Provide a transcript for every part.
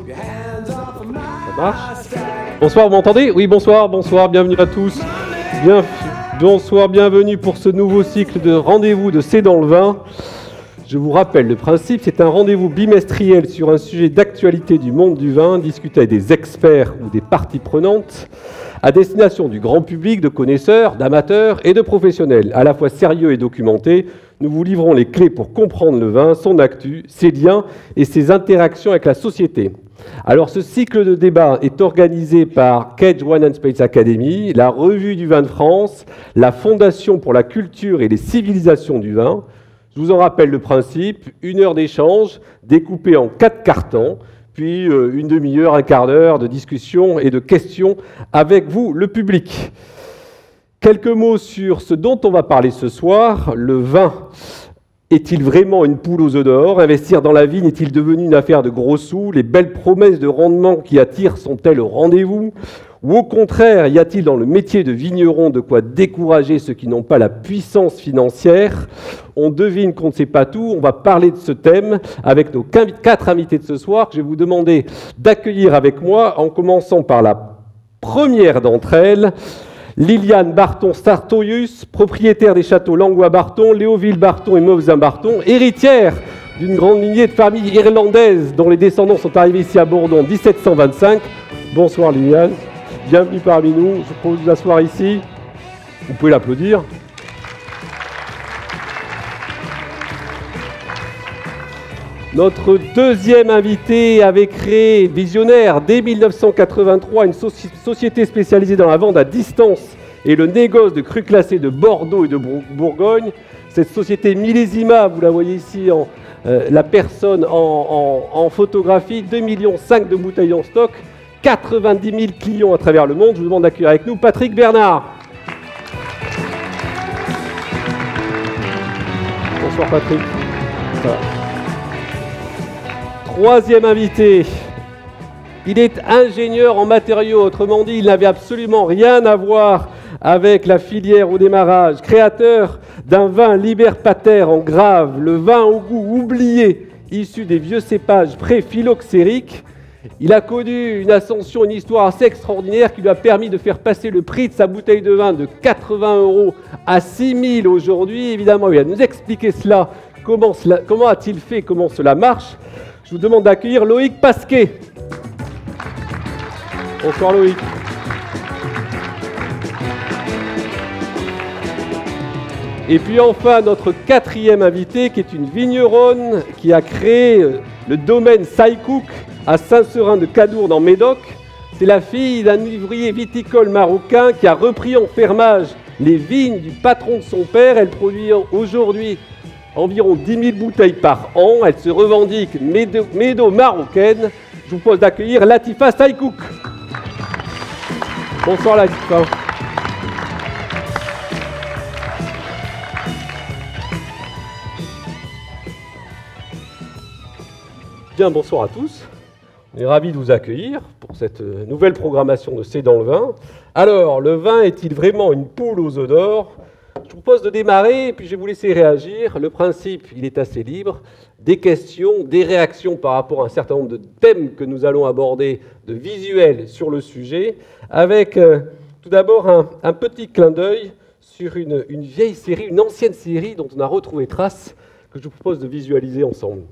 Ça marche? Bonsoir, vous m'entendez? Oui, bonsoir, bienvenue à tous. Bonsoir, bienvenue pour ce nouveau cycle de rendez-vous de C'est dans le vin. Je vous rappelle le principe, c'est un rendez-vous bimestriel sur un sujet d'actualité du monde du vin, discuté avec des experts ou des parties prenantes, à destination du grand public, de connaisseurs, d'amateurs et de professionnels, à la fois sérieux et documentés. Nous vous livrons les clés pour comprendre le vin, son actu, ses liens et ses interactions avec la société. Alors, ce cycle de débat est organisé par Cage Wine and Spirits Academy, la Revue du vin de France, la Fondation pour la culture et les civilisations du vin. Je vous en rappelle le principe, 1 heure d'échange découpée en 4 cartons, puis une demi-heure, un quart d'heure de discussion et de questions avec vous, le public. Quelques mots sur ce dont on va parler ce soir. Le vin est-il vraiment une poule aux œufs d'or? Investir dans la vigne est-il devenu une affaire de gros sous? Les belles promesses de rendement qui attirent sont-elles au rendez-vous? Ou au contraire, y a-t-il dans le métier de vigneron de quoi décourager ceux qui n'ont pas la puissance financière? On devine qu'on ne sait pas tout. On va parler de ce thème avec nos 4 invités de ce soir que je vais vous demander d'accueillir avec moi, en commençant par la première d'entre elles, Liliane Barton-Sartorius, propriétaire des châteaux Langlois-Barton, Léoville-Barton et Mauvesin-Barton, héritière d'une grande lignée de familles irlandaises dont les descendants sont arrivés ici à Bordeaux en 1725. Bonsoir Liliane, bienvenue parmi nous. Je vous propose de vous asseoir ici. Vous pouvez l'applaudir. Notre deuxième invité avait créé, visionnaire, dès 1983, une société spécialisée dans la vente à distance et le négoce de crus classés de Bordeaux et de Bourgogne. Cette société Millésima, vous la voyez ici, la personne en photographie, 2,5 millions de bouteilles en stock, 90 000 clients à travers le monde. Je vous demande d'accueillir avec nous Patrick Bernard. Bonsoir Patrick. Ça va. Troisième invité, il est ingénieur en matériaux, autrement dit, il n'avait absolument rien à voir avec la filière au démarrage. Créateur d'un vin Liber Pater en grave, le vin au goût oublié, issu des vieux cépages pré-phylloxériques. Il a connu une ascension, une histoire assez extraordinaire qui lui a permis de faire passer le prix de sa bouteille de vin de 80 € à 6 000 aujourd'hui. Évidemment, il va nous expliquer cela, comment a-t-il fait, comment cela marche. Je vous demande d'accueillir Loïc Pasquet. Bonsoir Loïc. Et puis enfin, notre quatrième invité, qui est une vigneronne qui a créé le domaine Saïkouk à Saint-Seurin de Cadour dans Médoc. C'est la fille d'un ouvrier viticole marocain qui a repris en fermage les vignes du patron de son père. Elle produit aujourd'hui environ 10 000 bouteilles par an. Elle se revendique médo-marocaine. Je vous propose d'accueillir Latifa Saïkouk. Bonsoir Latifa. Bien, bonsoir à tous. On est ravis de vous accueillir pour cette nouvelle programmation de C'est dans le vin. Alors, le vin est-il vraiment une poule aux œufs d'or? Je vous propose de démarrer et puis je vais vous laisser réagir. Le principe, il est assez libre. Des questions, des réactions par rapport à un certain nombre de thèmes que nous allons aborder, de visuels sur le sujet, avec tout d'abord un petit clin d'œil sur une vieille série, une ancienne série dont on a retrouvé trace, que je vous propose de visualiser ensemble.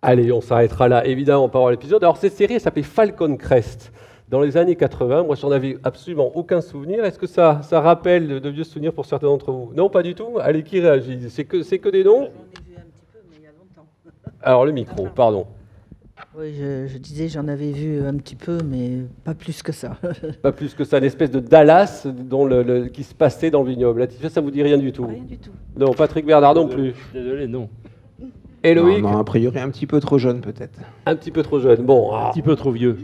Allez, on s'arrêtera là, évidemment, par l'épisode. Alors, cette série, elle s'appelait Falcon Crest. Dans les années 80, moi, j'en avais absolument aucun souvenir. Est-ce que ça rappelle de vieux souvenirs pour certains d'entre vous? Non, pas du tout. Allez, qui réagit? C'est que des noms? J'en ai vu un petit peu, mais il y a longtemps. Alors, le micro, pardon. Oui, je disais, j'en avais vu un petit peu, mais pas plus que ça. Pas plus que ça, une espèce de Dallas qui se passait dans le vignoble. Latifa, ça vous dit rien du tout? Rien du tout. Non, Patrick Bernard non plus. Désolé, non. Et Loïc? Non, a priori un petit peu trop jeune peut-être. Un petit peu trop jeune. Bon, Un petit peu trop vieux.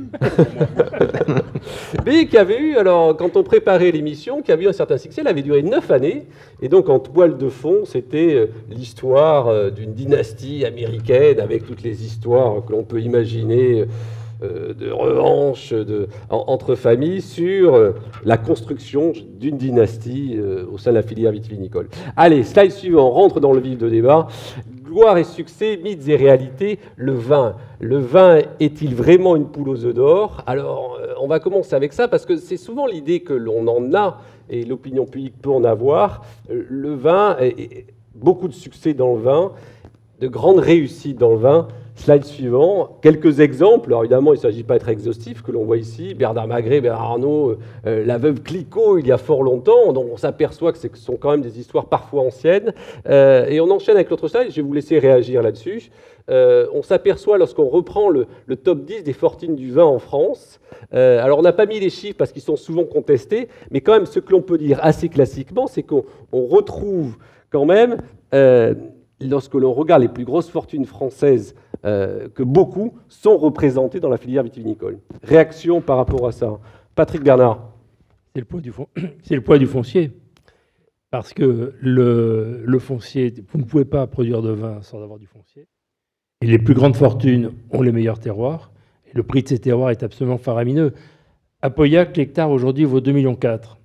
mais qui avait eu, alors, quand on préparait l'émission, qui avait eu un certain succès, elle avait duré 9 années, et donc en toile de fond, c'était l'histoire d'une dynastie américaine, avec toutes les histoires que l'on peut imaginer de revanche entre familles sur la construction d'une dynastie au sein de la filière vitivinicole. Allez, slide suivant, on rentre dans le vif de débat. Gloire et succès, mythes et réalités, le vin. Le vin est-il vraiment une poule aux œufs d'or? Alors, on va commencer avec ça, parce que c'est souvent l'idée que l'on en a, et l'opinion publique peut en avoir. Le vin, beaucoup de succès dans le vin, de grandes réussites dans le vin. Slide suivant, quelques exemples. Alors évidemment, il ne s'agit pas d'être exhaustif, que l'on voit ici. Bernard Magré, Bernard Arnault, la veuve Clicquot, il y a fort longtemps. Donc on s'aperçoit que ce sont quand même des histoires parfois anciennes. Et on enchaîne avec l'autre slide, je vais vous laisser réagir là-dessus. On s'aperçoit lorsqu'on reprend le top 10 des fortunes du vin en France. Alors on n'a pas mis les chiffres parce qu'ils sont souvent contestés, mais quand même ce que l'on peut dire assez classiquement, c'est qu'on retrouve quand même, lorsque l'on regarde les plus grosses fortunes françaises, que beaucoup sont représentés dans la filière vitivinicole. Réaction par rapport à ça? Patrick Bernard. C'est le poids du foncier. Parce que le foncier, vous ne pouvez pas produire de vin sans avoir du foncier. Et les plus grandes fortunes ont les meilleurs terroirs. Et le prix de ces terroirs est absolument faramineux. À Pauillac, l'hectare aujourd'hui vaut 2,4 millions.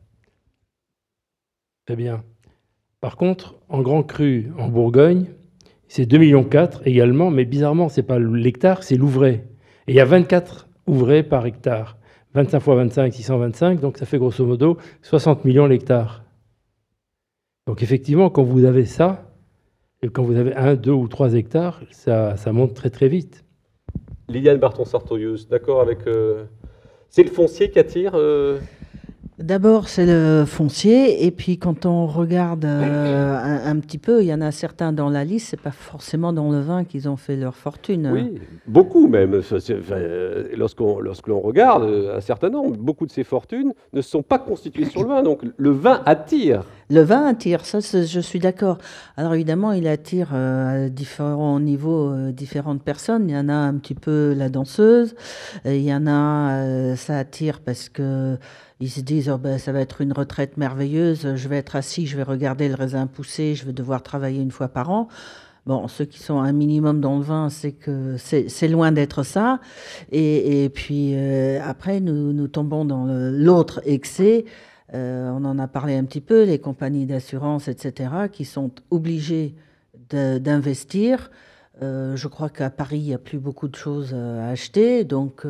Très bien. Par contre, en Grand Cru, en Bourgogne, c'est 2,4 millions également, mais bizarrement, ce n'est pas l'hectare, c'est l'ouvret. Et il y a 24 ouvrets par hectare. 25 fois 25, 625, donc ça fait grosso modo 60 millions l'hectare. Donc effectivement, quand vous avez ça, et quand vous avez 1, 2 ou 3 hectares, ça monte très très vite. Liliane Barton-Sartorius, d'accord avec... C'est le foncier qui attire D'abord, c'est le foncier, et puis quand on regarde un petit peu, il y en a certains dans la liste, c'est pas forcément dans le vin qu'ils ont fait leur fortune. Oui, beaucoup même. Lorsqu'on regarde un certain nombre, beaucoup de ces fortunes ne sont pas constituées sur le vin, donc le vin attire. Le vin attire, ça je suis d'accord. Alors évidemment, il attire à différents niveaux différentes personnes. Il y en a un petit peu la danseuse, il y en a, ça attire parce que ils se disent, oh ben, ça va être une retraite merveilleuse, je vais être assis, je vais regarder le raisin pousser, je vais devoir travailler une fois par an. Bon, ceux qui sont un minimum dans le vin, c'est que c'est loin d'être ça. Et puis après, nous tombons dans l'autre excès. On en a parlé un petit peu, les compagnies d'assurance, etc., qui sont obligées d'investir. Je crois qu'à Paris, il n'y a plus beaucoup de choses à acheter. Donc,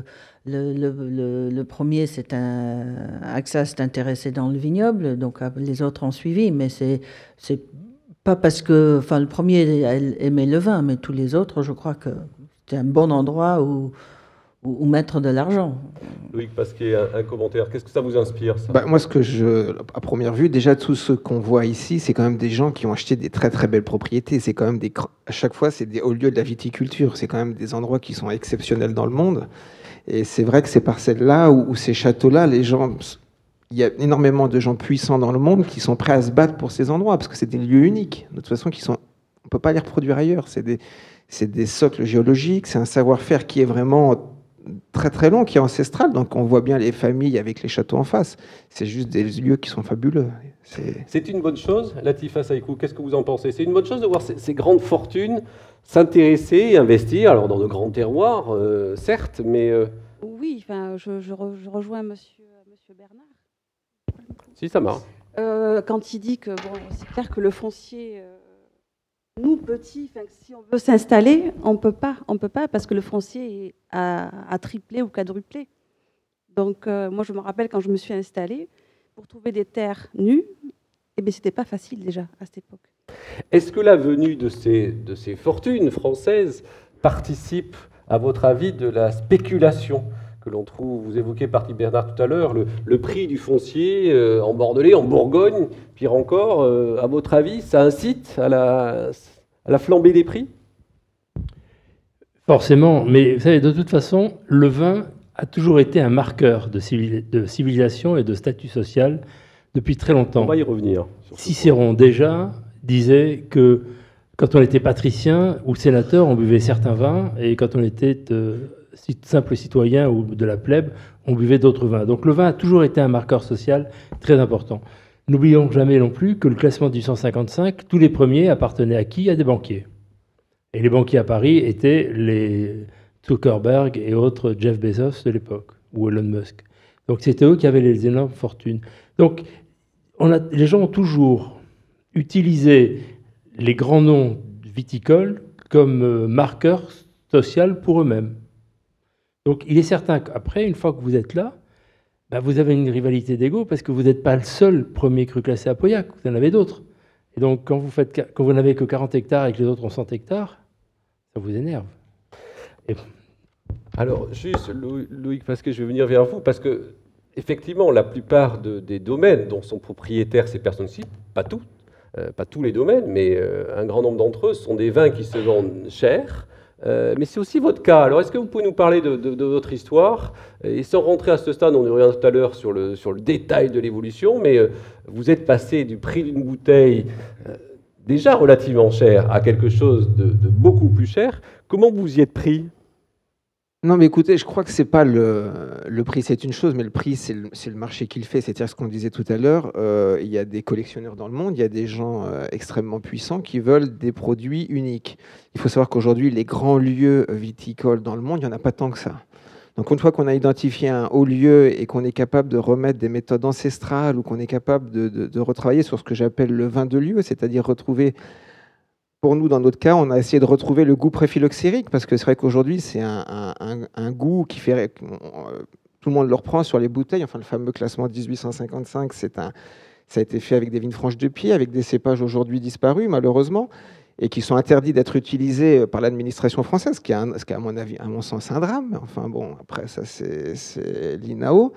le premier, AXA s'est intéressé dans le vignoble. Donc, les autres ont suivi. Mais c'est pas parce que... Enfin, le premier elle aimait le vin, mais tous les autres, je crois que c'était un bon endroit où mettre de l'argent. Loïc Pasquier, un commentaire. Qu'est-ce que ça vous inspire, ça? Moi, à première vue, déjà, tous ceux qu'on voit ici, c'est quand même des gens qui ont acheté des très très belles propriétés. C'est quand même à chaque fois, c'est des hauts lieux de la viticulture. C'est quand même des endroits qui sont exceptionnels dans le monde. Et c'est vrai que ces parcelles-là ou ces châteaux-là, il y a énormément de gens puissants dans le monde qui sont prêts à se battre pour ces endroits parce que c'est des lieux uniques. De toute façon, on ne peut pas les reproduire ailleurs. C'est des socles géologiques, c'est un savoir-faire qui est vraiment très très long, qui est ancestral. Donc on voit bien les familles avec les châteaux en face. C'est juste des lieux qui sont fabuleux. C'est une bonne chose, Latifa Saïkou, qu'est-ce que vous en pensez? C'est une bonne chose de voir ces grandes fortunes s'intéresser, investir, alors dans de grands terroirs, certes, mais... Oui, enfin, je rejoins monsieur Bernard. Si, ça marche. Quand il dit que, bon, c'est clair que le foncier... Nous, petits, si on veut s'installer, on peut pas parce que le foncier a triplé ou quadruplé. Donc, moi, je me rappelle quand je me suis installée, pour trouver des terres nues, c'était pas facile déjà à cette époque. Est-ce que la venue de ces fortunes françaises participe, à votre avis, de la spéculation que l'on trouve, vous évoquez Parti Bernard tout à l'heure, le prix du foncier en Bordelais, en Bourgogne, pire encore, à votre avis, ça incite à la flambée des prix? Forcément, mais vous savez, de toute façon, le vin a toujours été un marqueur de civilisation et de statut social depuis très longtemps. On va y revenir. Cicéron, déjà, disait que quand on était patricien ou sénateur, on buvait certains vins, et quand on était simple citoyen ou de la plèbe, on buvait d'autres vins. Donc le vin a toujours été un marqueur social très important. N'oublions jamais non plus que le classement du 155, tous les premiers appartenaient à qui? À des banquiers. Et les banquiers à Paris étaient les Zuckerberg et autres Jeff Bezos de l'époque, ou Elon Musk. Donc c'était eux qui avaient les énormes fortunes. Donc les gens ont toujours utilisé les grands noms viticoles comme marqueurs sociaux pour eux-mêmes. Donc il est certain qu'après, une fois que vous êtes là, ben, vous avez une rivalité d'ego parce que vous n'êtes pas le seul premier cru classé à Pauillac, vous en avez d'autres. Et donc quand vous n'avez que 40 hectares et que les autres ont 100 hectares, ça vous énerve. Alors, juste, Loïc, parce que je vais venir vers vous, parce que, effectivement, la plupart des domaines dont sont propriétaires ces personnes-ci, pas tous les domaines, mais un grand nombre d'entre eux, sont des vins qui se vendent cher. Mais c'est aussi votre cas. Alors, est-ce que vous pouvez nous parler de votre histoire? Et sans rentrer à ce stade, on y revient tout à l'heure sur le détail de l'évolution, mais vous êtes passé du prix d'une bouteille déjà relativement cher à quelque chose de beaucoup plus cher. Comment vous y êtes pris? Non, mais écoutez, je crois que c'est pas le prix, c'est une chose, mais le prix, c'est le marché qui le fait. C'est-à-dire ce qu'on disait tout à l'heure, il y a des collectionneurs dans le monde, il y a des gens extrêmement puissants qui veulent des produits uniques. Il faut savoir qu'aujourd'hui, les grands lieux viticoles dans le monde, il n'y en a pas tant que ça. Donc une fois qu'on a identifié un haut lieu et qu'on est capable de remettre des méthodes ancestrales ou qu'on est capable de retravailler sur ce que j'appelle le vin de lieu, c'est-à-dire retrouver... Pour nous, dans notre cas, on a essayé de retrouver le goût préphylloxérique, parce que c'est vrai qu'aujourd'hui, c'est un goût qui fait... tout le monde le reprend sur les bouteilles. Enfin, le fameux classement 1855, ça a été fait avec des vignes franches de pied, avec des cépages aujourd'hui disparus, malheureusement, et qui sont interdits d'être utilisés par l'administration française, ce qui est, à mon avis, à mon sens, un drame. Enfin bon, après, ça, c'est l'INAO.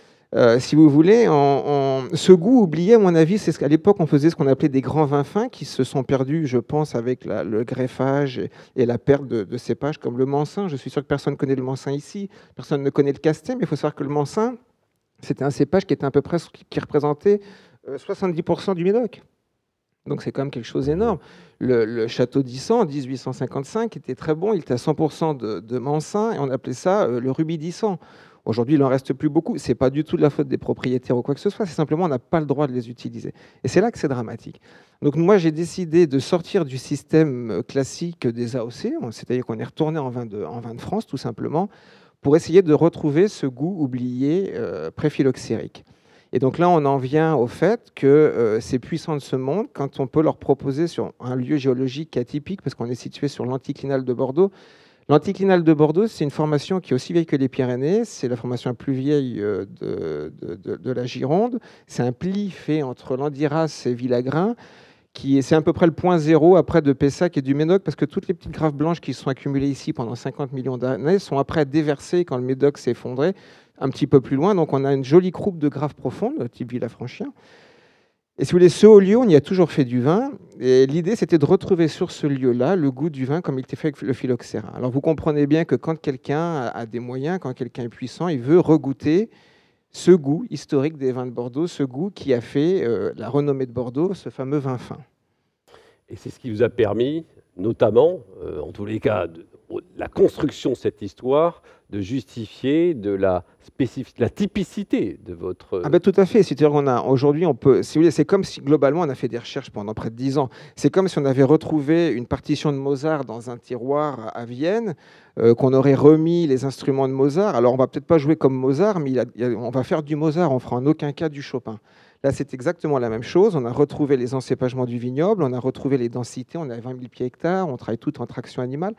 Si vous voulez, ce goût oublié, à mon avis, c'est qu'à l'époque, on faisait ce qu'on appelait des grands vins fins qui se sont perdus, je pense, avec le greffage et la perte de cépages comme le Mansin. Je suis sûr que personne ne connaît le Mansin ici, personne ne connaît le Castet, mais il faut savoir que le Mansin, c'était un cépage qui était à peu près qui représentait 70% du Médoc. Donc c'est quand même quelque chose d'énorme. Le château d'Issan, en 1855, était très bon, il était à 100% de Mansin, et on appelait ça le rubis d'Issan. Aujourd'hui, il n'en reste plus beaucoup. Ce n'est pas du tout de la faute des propriétaires ou quoi que ce soit, c'est simplement on n'a pas le droit de les utiliser. Et c'est là que c'est dramatique. Donc moi, j'ai décidé de sortir du système classique des AOC, c'est-à-dire qu'on est retourné en vin de France, tout simplement, pour essayer de retrouver ce goût oublié préphylloxérique. Et donc là, on en vient au fait que ces puissants de ce monde, quand on peut leur proposer sur un lieu géologique atypique, parce qu'on est situé sur l'anticlinal de Bordeaux. L'anticlinal de Bordeaux, c'est une formation qui est aussi vieille que les Pyrénées. C'est la formation la plus vieille de la Gironde. C'est un pli fait entre Landiras et Villagrain. C'est à peu près le point zéro après de Pessac et du Médoc, parce que toutes les petites graves blanches qui se sont accumulées ici pendant 50 millions d'années sont après déversées quand le Médoc s'est effondré un petit peu plus loin. Donc on a une jolie croupe de graves profondes, type Villafranchien. Et si vous voulez, ce haut lieu, on y a toujours fait du vin. Et l'idée, c'était de retrouver sur ce lieu-là le goût du vin comme il était fait avec le phylloxéra. Alors vous comprenez bien que quand quelqu'un a des moyens, quand quelqu'un est puissant, il veut regoûter ce goût historique des vins de Bordeaux, ce goût qui a fait la renommée de Bordeaux, ce fameux vin fin. Et c'est ce qui vous a permis, notamment, en tous les cas, la construction de cette histoire, de justifier de la typicité de votre... Ah ben tout à fait. C'est-à-dire aujourd'hui, on peut, si vous voulez, c'est comme si globalement on a fait des recherches pendant près de 10 ans. C'est comme si on avait retrouvé une partition de Mozart dans un tiroir à Vienne, qu'on aurait remis les instruments de Mozart. Alors on va peut-être pas jouer comme Mozart, mais on va faire du Mozart, on fera en aucun cas du Chopin. Là, c'est exactement la même chose. On a retrouvé les encépagements du vignoble, on a retrouvé les densités, on a 20 000 pieds hectares, on travaille tout en traction animale.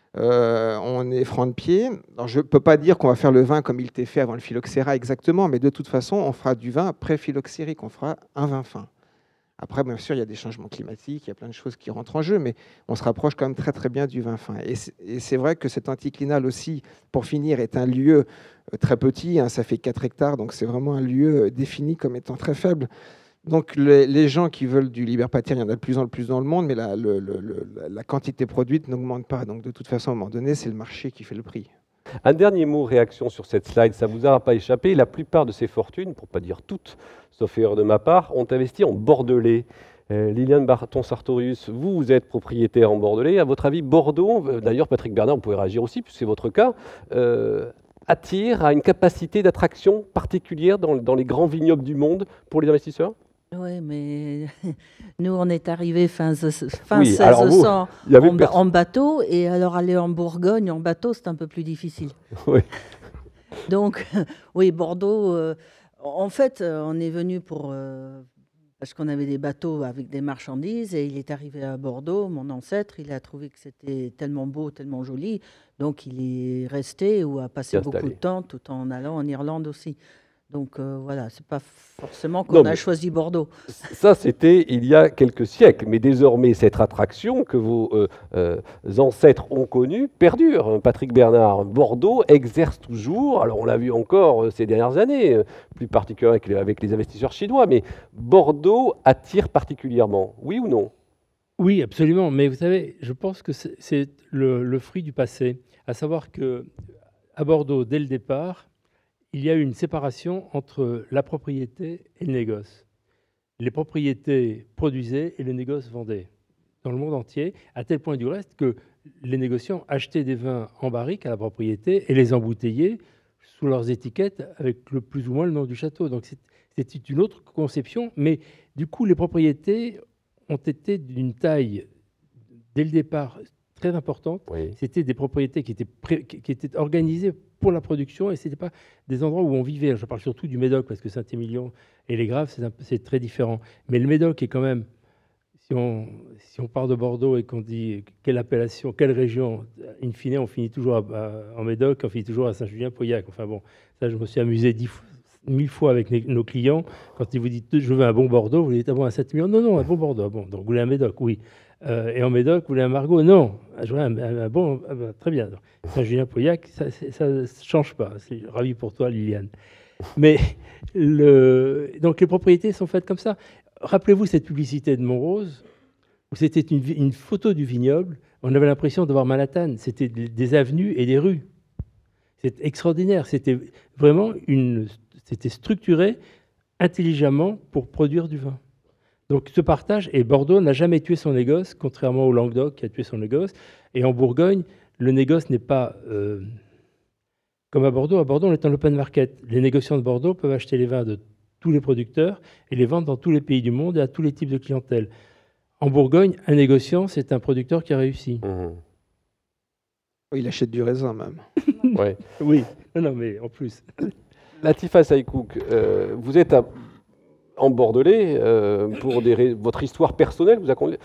On est franc de pied. Alors, je ne peux pas dire qu'on va faire le vin comme il était fait avant le phylloxéra exactement, mais de toute façon, on fera du vin pré-phylloxérique, on fera un vin fin. Après, bien sûr, il y a des changements climatiques, il y a plein de choses qui rentrent en jeu, mais on se rapproche quand même très très bien du vin fin. Et c'est vrai que cet anticlinal aussi, pour finir, est un lieu très petit, hein, ça fait 4 hectares, donc c'est vraiment un lieu défini comme étant très faible. Donc les gens qui veulent du Liberpatir, il y en a de plus en plus dans le monde, mais la quantité produite n'augmente pas. Donc de toute façon, à un moment donné, c'est le marché qui fait le prix. Un dernier mot, réaction sur cette slide, ça ne vous aura pas échappé. La plupart de ces fortunes, pour ne pas dire toutes, sauf erreur de ma part, ont investi en Bordelais. Liliane Barton-Sartorius, vous êtes propriétaire en Bordelais. À votre avis, Bordeaux, d'ailleurs Patrick Bernard, vous pouvez réagir aussi, puisque c'est votre cas, attire à une capacité d'attraction particulière dans les grands vignobles du monde pour les investisseurs? Oui, mais nous, on est arrivés fin Oui, alors vous, 1600 il y avait en bateau, et alors aller en Bourgogne en bateau, c'est un peu plus difficile. Oui. Donc, oui, Bordeaux, en fait, on est venu parce qu'on avait des bateaux avec des marchandises, et il est arrivé à Bordeaux, mon ancêtre, il a trouvé que c'était tellement beau, tellement joli, donc il est resté ou a passé beaucoup de temps, tout en allant en Irlande aussi. Donc voilà, c'est pas forcément qu'on a choisi Bordeaux. Ça, c'était il y a quelques siècles, mais désormais, cette attraction que vos ancêtres ont connue perdure. Patrick Bernard, Bordeaux exerce toujours, alors on l'a vu encore ces dernières années, plus particulièrement avec les investisseurs chinois, mais Bordeaux attire particulièrement, oui ou non? Oui, absolument, mais vous savez, je pense que c'est le fruit du passé, à savoir qu'à Bordeaux, dès le départ, il y a eu une séparation entre la propriété et le négoce. Les propriétés produisaient et le négoce vendait dans le monde entier, à tel point du reste que les négociants achetaient des vins en barrique à la propriété et les emboutteillaient sous leurs étiquettes avec le plus ou moins le nom du château. Donc c'était une autre conception, mais du coup les propriétés ont été d'une taille dès le départ très importante. Oui. C'était des propriétés qui étaient organisées pour la production, et ce n'était pas des endroits où on vivait. Je parle surtout du Médoc, parce que Saint-Émilion et les Graves, c'est très différent. Mais le Médoc est quand même, si on part de Bordeaux et qu'on dit quelle appellation, quelle région, in fine, on finit toujours en Médoc, on finit toujours à Saint-Julien-Pauillac. Enfin bon, ça, je me suis amusé 1000 fois avec nos clients. Quand ils vous disent « je veux un bon Bordeaux », vous dites « ah bon, un Saint-Émilion ». Non, un bon Bordeaux. Ah bon, donc vous voulez un Médoc, oui. Et en Médoc, vous voulez un Margaux? Non. Je voulais un bon, très bien. Saint-Julien-Pauillac, ça ne change pas. C'est ravi pour toi, Liliane. Mais donc les propriétés sont faites comme ça. Rappelez-vous cette publicité de Montrose, où c'était une photo du vignoble. On avait l'impression de voir Manhattan. C'était des avenues et des rues. C'est extraordinaire. C'était vraiment c'était structuré intelligemment pour produire du vin. Donc ce partage, et Bordeaux n'a jamais tué son négoce, contrairement au Languedoc qui a tué son négoce. Et en Bourgogne, le négoce n'est pas comme à Bordeaux. À Bordeaux, on est en open market. Les négociants de Bordeaux peuvent acheter les vins de tous les producteurs et les vendre dans tous les pays du monde et à tous les types de clientèle. En Bourgogne, un négociant, c'est un producteur qui a réussi. Mmh. Il achète du raisin même. Ouais. Oui, non, mais en plus. Latifa Saïkouk, vous êtes en Bordelais pour votre histoire personnelle.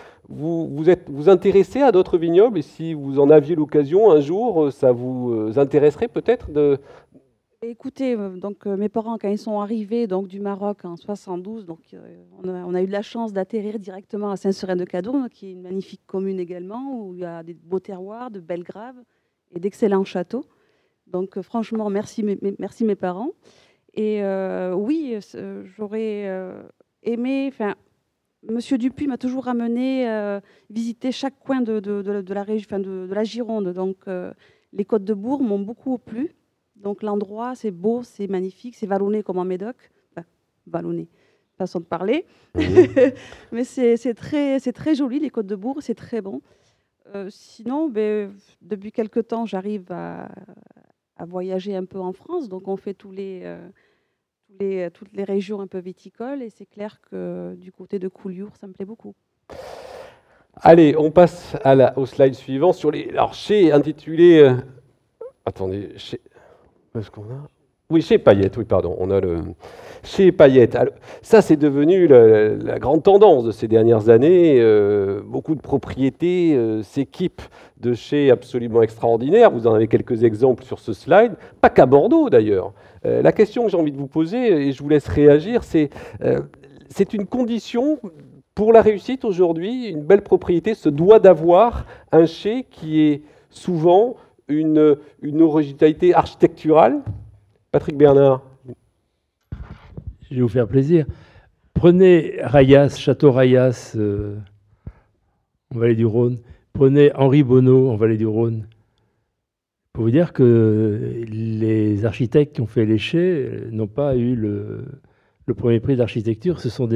Vous intéressez à d'autres vignobles, et si vous en aviez l'occasion un jour, ça vous intéresserait peut-être de... Écoutez, donc mes parents, quand ils sont arrivés donc du Maroc en 72, donc on a eu de la chance d'atterrir directement à Saint-Seurin-de-Cadourne, qui est une magnifique commune également, où il y a des beaux terroirs, de belles graves et d'excellents châteaux. Donc franchement, merci mes parents. Et oui, j'aurais aimé. Enfin, Monsieur Dupuis m'a toujours amené visiter chaque coin de la région, de la Gironde. Donc les Côtes de Bourg m'ont beaucoup plu. Donc l'endroit, c'est beau, c'est magnifique, c'est vallonné comme en Médoc. Enfin, vallonné, façon de parler. Mais c'est très joli, les Côtes de Bourg, c'est très bon. Sinon, depuis quelque temps, j'arrive à voyager un peu en France. Donc on fait toutes les régions un peu viticoles. Et c'est clair que du côté de Collioure, ça me plaît beaucoup. Allez, on passe au slide suivant. Alors, intitulé... attendez, est-ce qu'on a... Oui, chez Payette, oui, pardon. On a chez Payette. Alors, ça, c'est devenu la grande tendance de ces dernières années. Beaucoup de propriétés s'équipent de chais absolument extraordinaires. Vous en avez quelques exemples sur ce slide. Pas qu'à Bordeaux, d'ailleurs. La question que j'ai envie de vous poser, et je vous laisse réagir, c'est une condition Pour la réussite aujourd'hui, une belle propriété se doit d'avoir un chai qui est souvent une originalité architecturale. Patrick Bernard. Je vais vous faire plaisir. Prenez Rayas, Château Rayas, en Vallée du Rhône. Prenez Henri Bonneau, en Vallée du Rhône. Pour vous dire que les architectes qui ont fait les chais n'ont pas eu le premier prix d'architecture.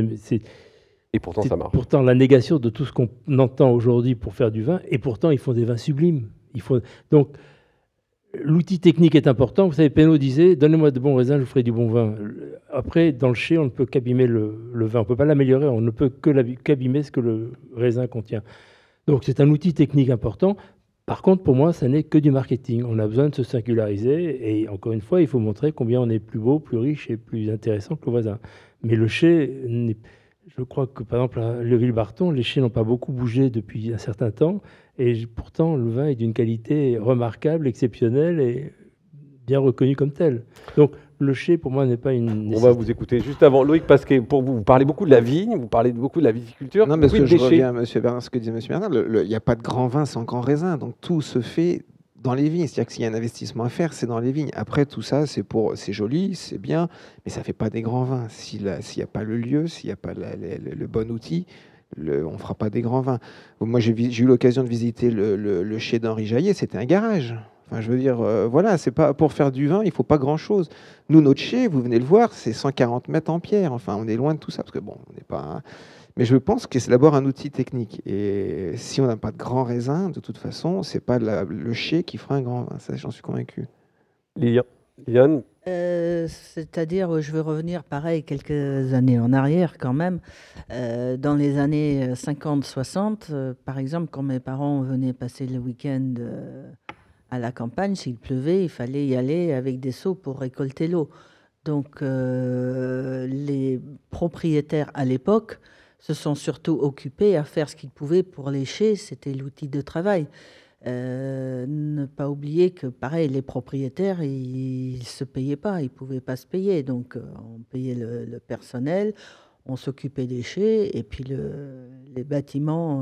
Et pourtant, ça marche. Pourtant, la négation de tout ce qu'on entend aujourd'hui pour faire du vin, et pourtant, ils font des vins sublimes. Donc, l'outil technique est important. Vous savez, Pénaud disait « Donnez-moi de bons raisins, je vous ferai du bon vin ». Après, dans le chai, on ne peut qu'abîmer le vin. On ne peut pas l'améliorer, on ne peut qu'abîmer ce que le raisin contient. Donc, c'est un outil technique important. Par contre, pour moi, ça n'est que du marketing. On a besoin de se singulariser. Et encore une fois, il faut montrer combien on est plus beau, plus riche et plus intéressant que le voisin. Mais le chai, je crois que, par exemple, à Leuville-Barton, les chais n'ont pas beaucoup bougé depuis un certain temps. Et pourtant, le vin est d'une qualité remarquable, exceptionnelle et bien reconnu comme tel. Donc, le chai, pour moi, n'est pas une nécessité. On va vous écouter juste avant. Loïc Pasquet, pour vous, vous parlez beaucoup de la vigne, vous parlez beaucoup de la viticulture. Non, parce que je reviens à Monsieur Bernard, ce que disait M. Bernard, il n'y a pas de grand vin sans grand raisin. Donc, tout se fait dans les vignes. C'est-à-dire que s'il y a un investissement à faire, c'est dans les vignes. Après, tout ça, c'est joli, c'est bien, mais ça ne fait pas des grands vins. S'il n'y a pas le lieu, s'il n'y a pas le bon outil, on ne fera pas des grands vins. Moi, j'ai eu l'occasion de visiter le chai d'Henri Jaillet, c'était un garage. Enfin, je veux dire, voilà, c'est pas pour faire du vin, il faut pas grand-chose. Nous, notre chai, vous venez le voir, c'est 140 mètres en pierre. Enfin, on est loin de tout ça, parce que bon, on n'est pas. Mais je pense que c'est d'abord un outil technique. Et si on n'a pas de grands raisins, de toute façon, c'est pas le chai qui fera un grand vin. Ça, j'en suis convaincu. Liliane. C'est-à-dire, je veux revenir pareil quelques années en arrière quand même. Dans les années 50-60, par exemple, quand mes parents venaient passer le week-end à la campagne, s'il pleuvait, il fallait y aller avec des seaux pour récolter l'eau. Donc, les propriétaires à l'époque se sont surtout occupés à faire ce qu'ils pouvaient pour les chais. C'était l'outil de travail. Ne pas oublier que, pareil, les propriétaires, ils ne se payaient pas, ils ne pouvaient pas se payer. Donc, on payait le personnel, on s'occupait des chais, et puis les bâtiments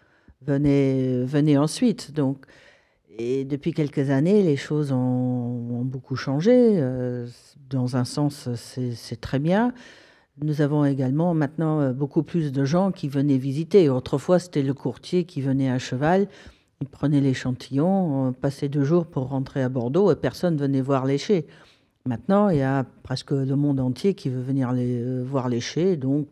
venaient ensuite. Donc, et depuis quelques années, les choses ont beaucoup changé. Dans un sens, c'est très bien. Nous avons également maintenant beaucoup plus de gens qui venaient visiter. Autrefois, c'était le courtier qui venait à cheval. Il prenait l'échantillon, passait 2 jours pour rentrer à Bordeaux et personne ne venait voir les chais. Maintenant, il y a presque le monde entier qui veut venir voir les chais. Donc,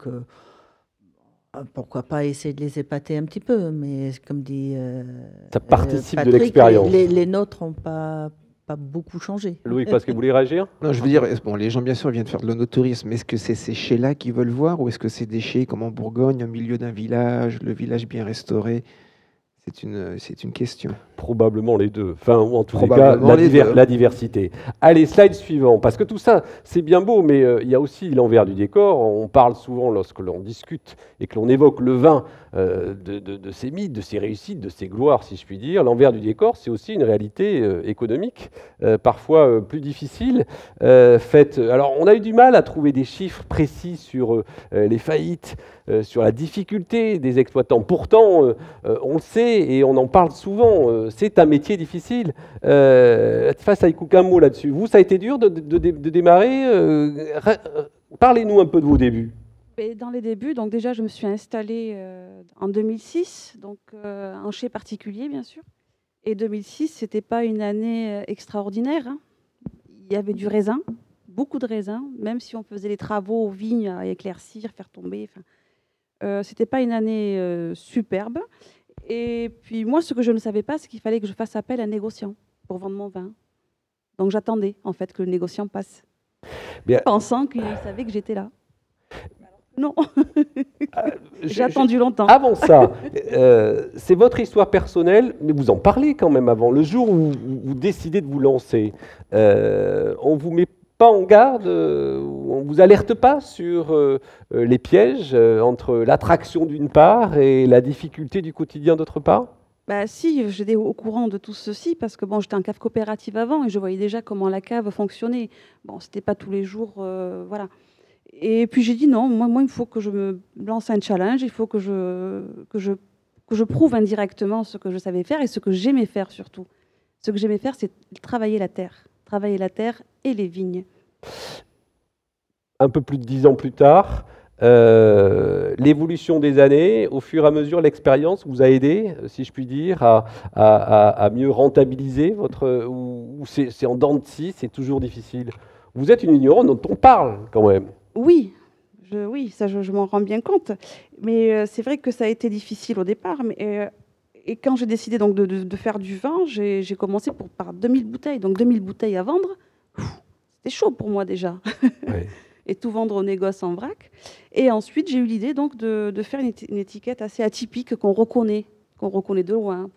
pourquoi pas essayer de les épater un petit peu. Mais comme dit ça participe Patrick, de l'expérience. Les nôtres n'ont pas beaucoup changé. Loïc, parce que vous voulez réagir? Non, je veux dire, bon, les gens, bien sûr, viennent faire de l'onotourisme, mais est-ce que c'est ces chais-là qu'ils veulent voir ou est-ce que c'est des chais comme en Bourgogne, au milieu d'un village, le village bien restauré? C'est une question. Probablement les deux. Enfin, ou en tous les cas, la diversité. Allez, slide suivant. Parce que tout ça, c'est bien beau, mais il y a aussi l'envers du décor. On parle souvent, lorsque l'on discute et que l'on évoque le vin, de ses mythes, de ses réussites, de ses gloires, si je puis dire. L'envers du décor, c'est aussi une réalité économique, parfois plus difficile. Alors, on a eu du mal à trouver des chiffres précis sur les faillites, sur la difficulté des exploitants. Pourtant, on le sait et on en parle souvent. C'est un métier difficile. Face à un mot là-dessus. Vous, ça a été dur de démarrer. Parlez-nous un peu de vos débuts. Dans les débuts, donc déjà, je me suis installée en 2006, donc en chai particulier, bien sûr. Et 2006, c'était pas une année extraordinaire. Hein. Il y avait du raisin, beaucoup de raisin, même si on faisait les travaux aux vignes à éclaircir, faire tomber. C'était pas une année superbe. Et puis moi, ce que je ne savais pas, c'est qu'il fallait que je fasse appel à un négociant pour vendre mon vin. Donc j'attendais en fait que le négociant passe, pensant qu'il savait que j'étais là. Non, j'ai attendu longtemps. Avant ça, c'est votre histoire personnelle, mais vous en parlez quand même avant. Le jour où vous décidez de vous lancer, on vous met pas en garde, on vous alerte pas sur les pièges entre l'attraction d'une part et la difficulté du quotidien d'autre part? Si, j'étais au courant de tout ceci parce que bon, j'étais en cave coopérative avant et je voyais déjà comment la cave fonctionnait. Bon, c'était pas tous les jours, voilà. Et puis j'ai dit non, moi il faut que je me lance un challenge, il faut que je prouve indirectement ce que je savais faire et ce que j'aimais faire surtout. Ce que j'aimais faire, c'est travailler la terre et les vignes. Un peu plus de 10 ans plus tard, l'évolution des années, au fur et à mesure, l'expérience vous a aidé, si je puis dire, à mieux rentabiliser votre... ou c'est en dents de scie, c'est toujours difficile. Vous êtes une vigneronne dont on parle quand même. Oui, ça je m'en rends bien compte. Mais c'est vrai que ça a été difficile au départ. Et quand j'ai décidé donc de faire du vin, j'ai commencé par 2000 bouteilles. Donc 2000 bouteilles à vendre, c'était chaud pour moi déjà. Ouais. Et tout vendre au négoce en vrac. Et ensuite, j'ai eu l'idée donc de faire une étiquette assez atypique qu'on reconnaît de loin,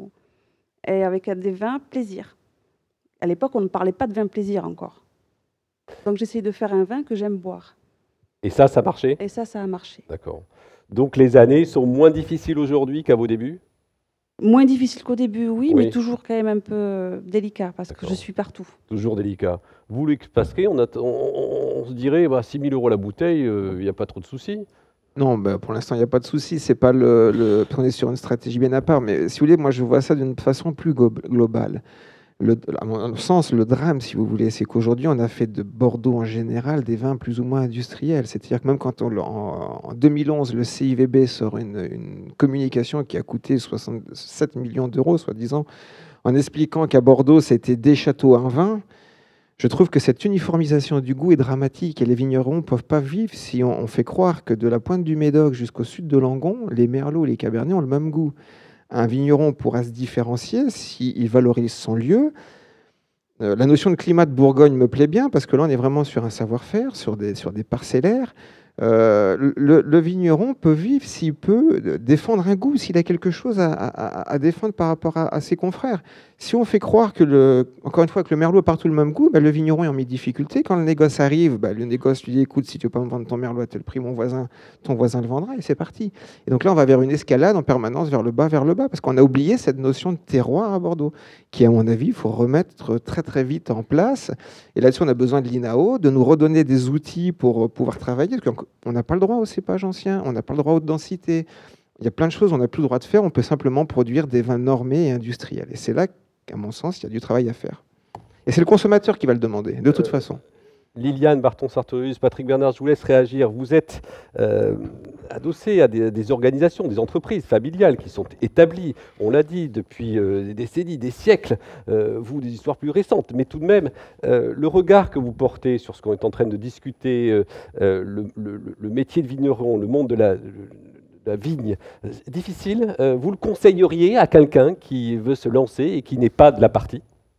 et avec des vins plaisir. À l'époque, on ne parlait pas de vin plaisir encore. Donc j'essayais de faire un vin que j'aime boire. Et ça a marché? Et ça a marché. D'accord. Donc les années sont moins difficiles aujourd'hui qu'à vos débuts? Moins difficile qu'au début, oui, Oui. mais toujours quand même un peu délicat, parce que D'accord. je suis partout. Toujours délicat. Vous l'expliquerez, on se dirait 6 000 € la bouteille, il n'y a pas trop de soucis. Non, bah, pour l'instant, il n'y a pas de souci. C'est pas on est sur une stratégie bien à part. Mais si vous voulez, moi, je vois ça d'une façon plus globale. À mon sens, le drame, si vous voulez, c'est qu'aujourd'hui, on a fait de Bordeaux en général des vins plus ou moins industriels. C'est-à-dire que même quand en 2011, le CIVB sort une communication qui a coûté 67 millions d'euros, soi-disant, en expliquant qu'à Bordeaux, c'était des châteaux un vin, je trouve que cette uniformisation du goût est dramatique et les vignerons ne peuvent pas vivre si on fait croire que de la pointe du Médoc jusqu'au sud de Langon, les merlots et les cabernets ont le même goût. Un vigneron pourra se différencier s'il valorise son lieu. La notion de climat de Bourgogne me plaît bien parce que là, on est vraiment sur un savoir-faire, sur des parcellaires. Le vigneron peut vivre s'il peut défendre un goût, s'il a quelque chose à défendre par rapport à ses confrères. Si on fait croire encore une fois, que le merlot a partout le même goût, le vigneron est en difficulté. Quand le négoce arrive, le négoce lui dit écoute, si tu veux pas me vendre ton merlot à tel prix, ton voisin le vendra, et c'est parti. Et donc là, on va vers une escalade en permanence vers le bas, parce qu'on a oublié cette notion de terroir à Bordeaux, qui, à mon avis, il faut remettre très très vite en place. Et là-dessus, on a besoin de l'INAO, de nous redonner des outils pour pouvoir travailler, parce qu'on n'a pas le droit aux cépages anciens, on n'a pas le droit aux densités. Il y a plein de choses qu'on n'a plus le droit de faire. On peut simplement produire des vins normés et industriels. Et c'est là qu'à mon sens, il y a du travail à faire. Et c'est le consommateur qui va le demander, de toute façon. Liliane Barton-Sartorius, Patrick Bernard, je vous laisse réagir. Vous êtes adossé à des organisations, des entreprises familiales qui sont établies, on l'a dit, depuis des décennies, des siècles, vous, des histoires plus récentes. Mais tout de même, le regard que vous portez sur ce qu'on est en train de discuter, le métier de vigneron, le monde de la vigne, difficile, vous le conseilleriez à quelqu'un qui veut se lancer et qui n'est pas de la partie?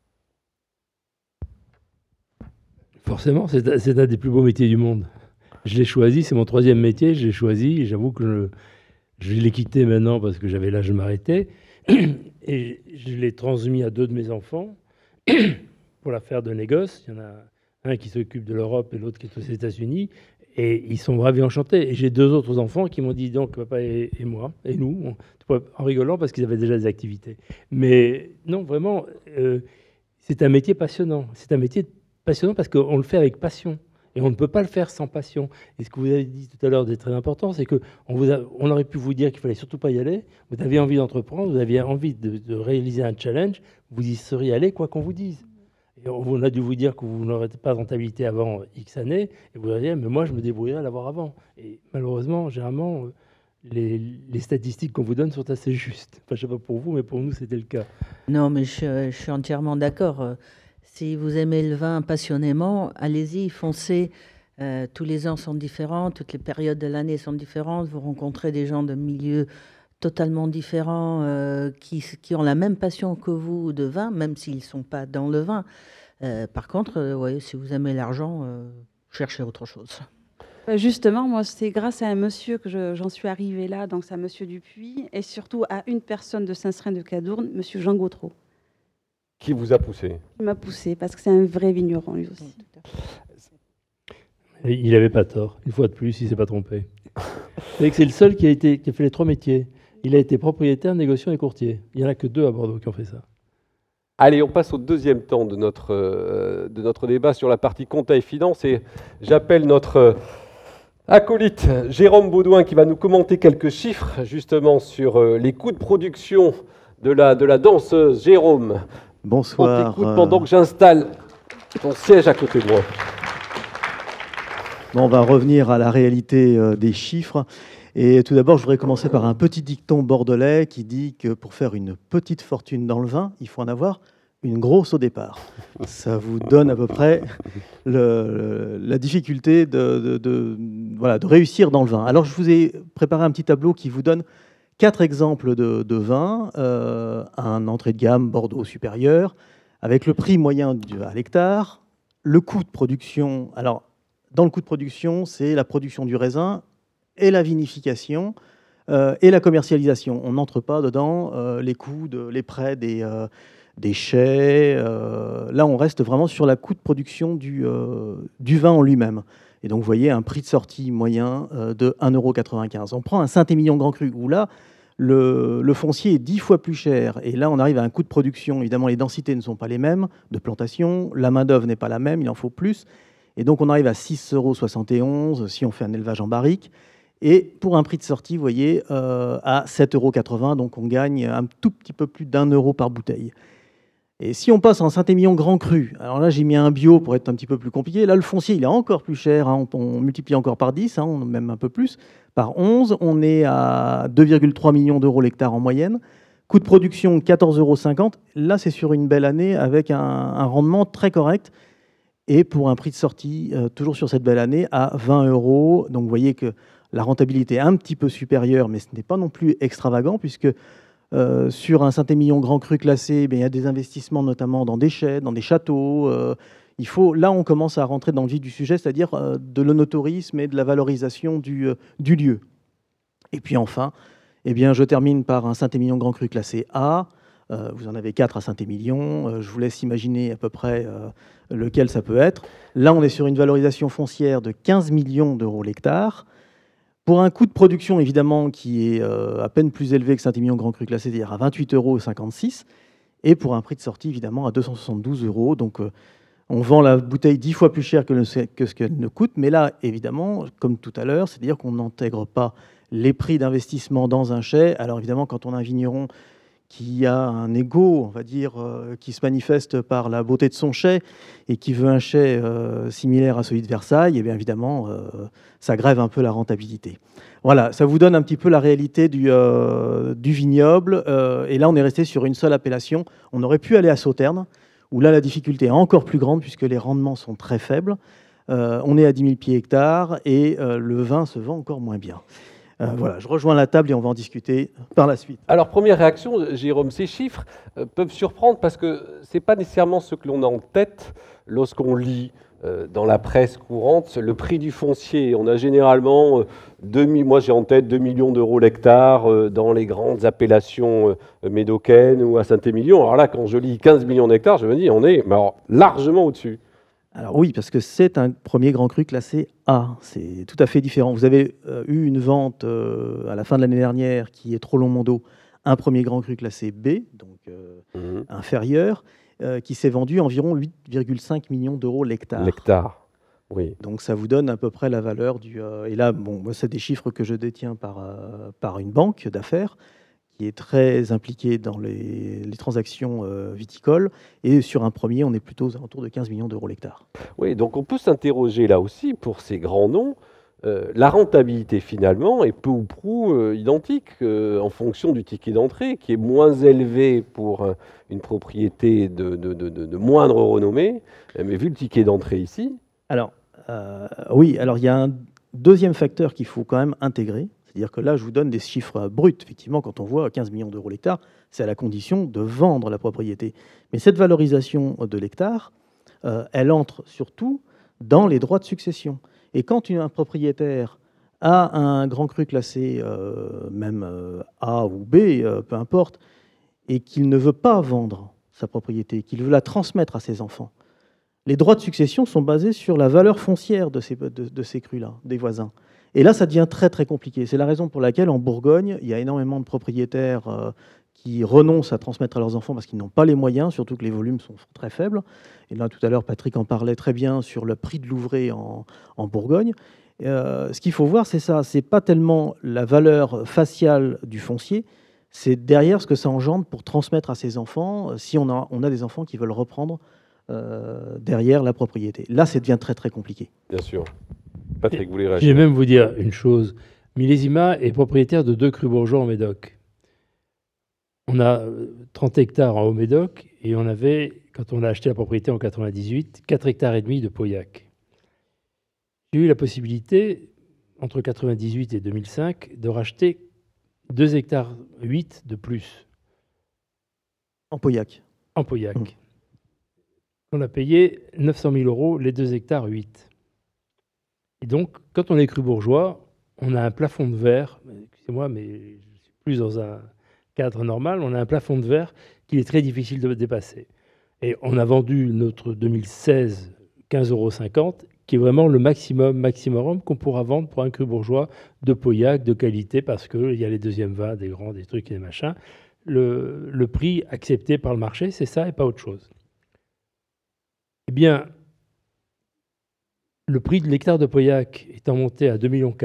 Forcément, c'est un des plus beaux métiers du monde. Je l'ai choisi, c'est mon 3e métier, je l'ai choisi, et j'avoue que je l'ai quitté maintenant parce que j'avais l'âge de m'arrêter, et je l'ai transmis à 2 de mes enfants pour l'affaire de négoce. Il y en a un qui s'occupe de l'Europe et l'autre qui est aux États-Unis, et ils sont braves et enchantés. Et j'ai 2 autres enfants qui m'ont dit, donc papa et moi, et nous, en rigolant parce qu'ils avaient déjà des activités. Mais non, vraiment, c'est un métier passionnant. C'est un métier passionnant parce qu'on le fait avec passion. Et on ne peut pas le faire sans passion. Et ce que vous avez dit tout à l'heure de très important, c'est qu'on aurait pu vous dire qu'il ne fallait surtout pas y aller. Vous aviez envie d'entreprendre, vous aviez envie de réaliser un challenge, vous y seriez allé quoi qu'on vous dise. Et on a dû vous dire que vous n'aurez pas de rentabilité avant X années, et vous diriez, mais moi je me débrouillerai à l'avoir avant. Et malheureusement, généralement, les statistiques qu'on vous donne sont assez justes. Enfin, je ne sais pas pour vous, mais pour nous, c'était le cas. Non, mais je suis entièrement d'accord. Si vous aimez le vin passionnément, allez-y, foncez. Tous les ans sont différents, toutes les périodes de l'année sont différentes. Vous rencontrez des gens de milieux totalement différents qui ont la même passion que vous de vin, même s'ils ne sont pas dans le vin. Par contre, ouais, si vous aimez l'argent, cherchez autre chose. Justement, moi, c'est grâce à un monsieur que j'en suis arrivée là, donc c'est à monsieur Dupuis, et surtout à une personne de Saint-Srin-de-Cadourne, monsieur Jean Gautreau. Qui vous a poussé? Il m'a poussé, parce que c'est un vrai vigneron, lui aussi. Et il n'avait pas tort. Une fois de plus, il ne s'est pas trompé. C'est le seul qui a fait les 3 métiers. Il a été propriétaire, négociant et courtier. Il n'y en a que 2 à Bordeaux qui ont fait ça. Allez, on passe au 2e temps de notre débat sur la partie compta et finance. Et j'appelle notre Acolyte Jérôme Baudouin qui va nous commenter quelques chiffres justement sur les coûts de production de la danseuse. Jérôme, bonsoir. On t'écoute pendant que j'installe ton siège à côté de moi. Bon, on va revenir à la réalité des chiffres. Et tout d'abord, je voudrais commencer par un petit dicton bordelais qui dit que pour faire une petite fortune dans le vin, il faut en avoir une grosse au départ. Ça vous donne à peu près la difficulté de réussir dans le vin. Alors, je vous ai préparé un petit tableau qui vous donne 4 exemples de vins. Un entrée de gamme Bordeaux supérieur, avec le prix moyen à l'hectare, le coût de production. Alors, dans le coût de production, c'est la production du raisin et la vinification et la commercialisation. On n'entre pas dedans les coûts, les prêts des chais. Là, on reste vraiment sur la coût de production du vin en lui-même. Et donc, vous voyez un prix de sortie moyen de 1,95 €. On prend un Saint-Émilion Grand Cru, où là, le foncier est 10 fois plus cher. Et là, on arrive à un coût de production. Évidemment, les densités ne sont pas les mêmes de plantation. La main-d'œuvre n'est pas la même, il en faut plus. Et donc, on arrive à 6,71 € si on fait un élevage en barrique. Et pour un prix de sortie, vous voyez, à 7,80 €. Donc, on gagne un tout petit peu plus d'1 € par bouteille. Et si on passe en Saint-Émilion Grand Cru, alors là, j'ai mis un bio pour être un petit peu plus compliqué. Là, le foncier, il est encore plus cher. Hein. On multiplie encore par 10, hein, même un peu plus. Par 11, on est à 2,3 millions d'euros l'hectare en moyenne. Coût de production, 14,50 €. Là, c'est sur une belle année avec un rendement très correct. Et pour un prix de sortie, toujours sur cette belle année, à 20 €. Donc, vous voyez que la rentabilité est un petit peu supérieure, mais ce n'est pas non plus extravagant, puisque sur un Saint-Émilion Grand Cru classé, il y a des investissements notamment dans des chais, dans des châteaux. Là, on commence à rentrer dans le vif du sujet, c'est-à-dire de l'onotourisme et de la valorisation du lieu. Et puis enfin, je termine par un Saint-Émilion Grand Cru classé A. Vous en avez 4 à Saint-Émilion. Je vous laisse imaginer à peu près lequel ça peut être. Là, on est sur une valorisation foncière de 15 millions d'euros l'hectare. Pour un coût de production, évidemment, qui est à peine plus élevé que Saint-Émilion Grand Cru classé, c'est-à-dire à 28,56 €, et pour un prix de sortie, évidemment, à 272 €. Donc, on vend la bouteille 10 fois plus cher que ce qu'elle ne coûte, mais là, évidemment, comme tout à l'heure, c'est-à-dire qu'on n'intègre pas les prix d'investissement dans un chai. Alors, évidemment, quand on a un vigneron qui a un ego, on va dire, qui se manifeste par la beauté de son chai et qui veut un chai similaire à celui de Versailles, et bien évidemment, ça grève un peu la rentabilité. Voilà, ça vous donne un petit peu la réalité du vignoble. Et là, on est resté sur une seule appellation. On aurait pu aller à Sauternes, où là, la difficulté est encore plus grande puisque les rendements sont très faibles. On est à 10 000 pieds hectares et le vin se vend encore moins bien. Voilà, je rejoins la table et on va en discuter par la suite. Alors, première réaction, Jérôme, ces chiffres peuvent surprendre parce que ce n'est pas nécessairement ce que l'on a en tête lorsqu'on lit dans la presse courante le prix du foncier. On a généralement, moi j'ai en tête 2 millions d'euros l'hectare dans les grandes appellations médocaines ou à Saint-Émilion. Alors là, quand je lis 15 millions d'hectares, je me dis on est largement au-dessus. Alors oui, parce que c'est un premier Grand Cru classé A. C'est tout à fait différent. Vous avez eu une vente à la fin de l'année dernière qui est Trollon-Mondo, un premier Grand Cru classé B, donc inférieur, qui s'est vendu environ 8,5 millions d'euros l'hectare. L'hectare, oui. Donc ça vous donne à peu près la valeur du... et là, moi, c'est des chiffres que je détiens par une banque d'affaires qui est très impliqué dans les transactions viticoles. Et sur un premier, on est plutôt aux alentours de 15 millions d'euros l'hectare. Oui, donc on peut s'interroger là aussi, pour ces grands noms, la rentabilité finalement est peu ou prou identique en fonction du ticket d'entrée, qui est moins élevé pour une propriété de moindre renommée. Mais vu le ticket d'entrée ici... Alors, oui, alors il y a un deuxième facteur qu'il faut quand même intégrer. C'est-à-dire que là, je vous donne des chiffres bruts. Effectivement, quand on voit 15 millions d'euros l'hectare, c'est à la condition de vendre la propriété. Mais cette valorisation de l'hectare, elle entre surtout dans les droits de succession. Et quand un propriétaire a un Grand Cru classé, même A ou B, peu importe, et qu'il ne veut pas vendre sa propriété, qu'il veut la transmettre à ses enfants, les droits de succession sont basés sur la valeur foncière de ces crus-là, des voisins. Et là, ça devient très, très compliqué. C'est la raison pour laquelle, en Bourgogne, il y a énormément de propriétaires qui renoncent à transmettre à leurs enfants parce qu'ils n'ont pas les moyens, surtout que les volumes sont très faibles. Et là, tout à l'heure, Patrick en parlait très bien sur le prix de l'ouvrée en Bourgogne. Ce qu'il faut voir, c'est ça, c'est pas tellement la valeur faciale du foncier, c'est derrière ce que ça engendre pour transmettre à ses enfants, si on a des enfants qui veulent reprendre derrière la propriété. Là, ça devient très très compliqué. Bien sûr. Patrick, vous voulez Je réagir? vais même vous dire une chose. Millésima est propriétaire de 2 crus bourgeois en Médoc. On a 30 hectares en Haut-Médoc et on avait, quand on a acheté la propriété en 98, 4 hectares et demi de Pauillac. J'ai eu la possibilité, entre 98 et 2005, de racheter 2 hectares 8 de plus En Pauillac. en Pauillac. On a payé 900 000 € les 2 hectares 8. Et donc, quand on est cru bourgeois, on a un plafond de verre. Excusez-moi, mais je ne suis plus dans un cadre normal. On a un plafond de verre qu'il est très difficile de dépasser. Et on a vendu notre 2016 15,50 €, qui est vraiment le maximum qu'on pourra vendre pour un cru bourgeois de Pauillac, de qualité, parce qu'il y a les deuxièmes vins, des grands, des trucs et des machins. Le prix accepté par le marché, c'est ça et pas autre chose. Eh bien, le prix de l'hectare de Pauillac étant monté à 2,4 millions,